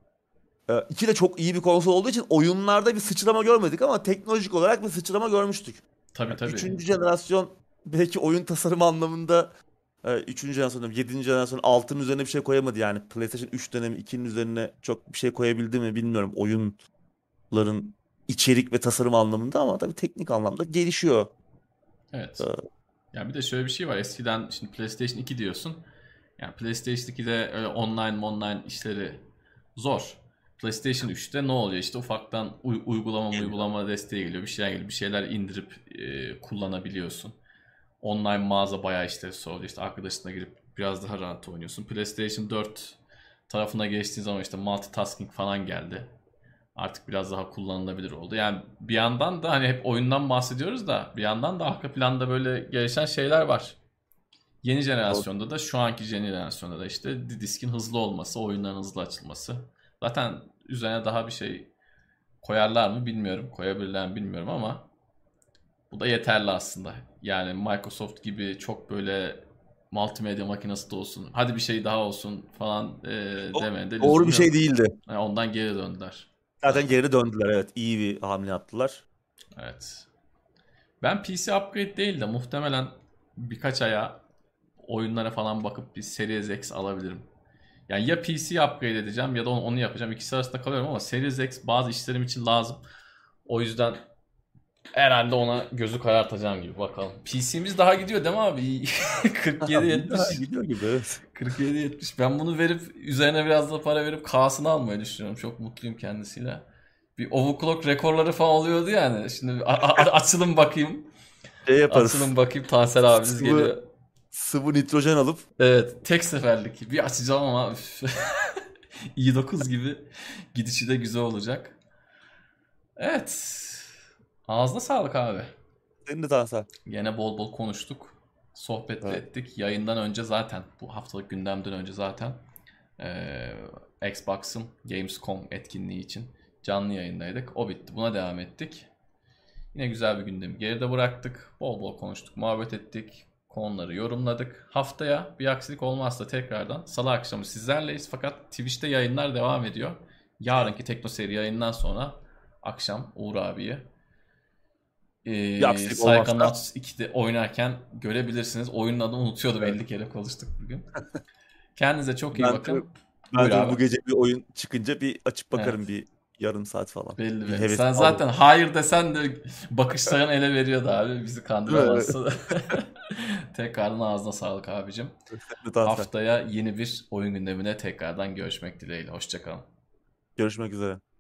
E, iki de çok iyi bir konsol olduğu için oyunlarda bir sıçrama görmedik ama teknolojik olarak bir sıçrama görmüştük. Tabii Yani tabii. üçüncü jenerasyon belki oyun tasarımı anlamında e, üçüncü jenerasyon, yedinci jenerasyon altının üzerine bir şey koyamadı yani. PlayStation üç dönemi ikinin üzerine çok bir şey koyabildi mi bilmiyorum oyunların içerik ve tasarım anlamında ama tabii teknik anlamda gelişiyor. Evet. E, Ya bir de şöyle bir şey var. Eskiden şimdi PlayStation iki diyorsun. Yani PlayStation ikide öyle online online işleri zor. PlayStation üçte ne oluyor? İşte ufaktan uy- uygulama Geliyor. uygulama desteği geliyor. Bir şeyler geliyor. Bir şeyler indirip e, kullanabiliyorsun. Online mağaza bayağı işlevsel oluyor. İşte arkadaşına girip biraz daha rahat oynuyorsun. PlayStation dört tarafına geçtiğin zaman işte multitasking falan geldi. Artık biraz daha kullanılabilir oldu. Yani bir yandan da hani hep oyundan bahsediyoruz da bir yandan da arka planda böyle gelişen şeyler var. Yeni Doğru. jenerasyonda da şu anki jenerasyonda da işte diskin hızlı olması, oyunların hızlı açılması. Zaten üzerine daha bir şey koyarlar mı bilmiyorum. Koyabilirler mi bilmiyorum ama bu da yeterli aslında. Yani Microsoft gibi çok böyle multimedya makinesi de olsun. Hadi bir şey daha olsun falan e, O demeye de doğru lüzum bir şey yok. değildi. Yani ondan geri döndüler Zaten zaten. geri döndüler evet. İyi bir hamle yaptılar. Evet. Ben P C upgrade değil de muhtemelen birkaç aya oyunlara falan bakıp bir Series X alabilirim. Yani ya P C upgrade edeceğim ya da onu, onu yapacağım. İkisi arasında kalıyorum ama Series X bazı işlerim için lazım. O yüzden herhalde ona gözü karartacağım gibi bakalım. P C'miz daha gidiyor değil mi abi? Gidiyor, ha, kırk yedi yetmiş. gidiyor gibi evet. kırk yedi yetmiş. Ben bunu verip üzerine biraz da para verip K'sını almayı düşünüyorum. Çok mutluyum kendisiyle. Bir overclock rekorları falan oluyordu yani. Şimdi a- a- açılın bakayım. Şey yaparız. Açılın bakayım Tansel abiniz Sıvı geliyor. sıvı nitrojen alıp Evet, tek seferlik. Bir açacağım ama üf. i dokuz gibi gidişi de güzel olacak. Evet. Ağzına sağlık abi. senin de dansa. Yine bol bol konuştuk. Sohbet de Evet. ettik. Yayından önce zaten, bu haftalık gündemden önce zaten eee, Xbox'ın Gamescom etkinliği için canlı yayındaydık. O bitti. Buna devam ettik. Yine güzel bir gündemi geride bıraktık. Bol bol konuştuk, muhabbet ettik. Konuları yorumladık. Haftaya bir aksilik olmazsa tekrardan Salı akşamı sizlerleyiz. Fakat Twitch'te yayınlar devam ediyor. Evet. Yarınki Teknoseyir yayından sonra akşam Uğur abiyi Bir ee, aksilik olmazsa Psychonauts ikide oynarken görebilirsiniz. Oyunun adını unutuyordu, evet. elli kere konuştuk bugün. Kendinize çok iyi Ben de, bakın. ben Buyur de bu abi. gece bir oyun çıkınca bir açıp bakarım Evet. bir yarım saat falan. Belli Bir belli. heves Sen alırım. zaten hayır desen de bakışların ele veriyordu abi. Bizi Değil mi? kandıramazsın. Tekrardan ağzına sağlık abicim. Sen de dansa. Haftaya yeni bir oyun gündemine tekrardan görüşmek dileğiyle. Hoşçakalın. Görüşmek üzere.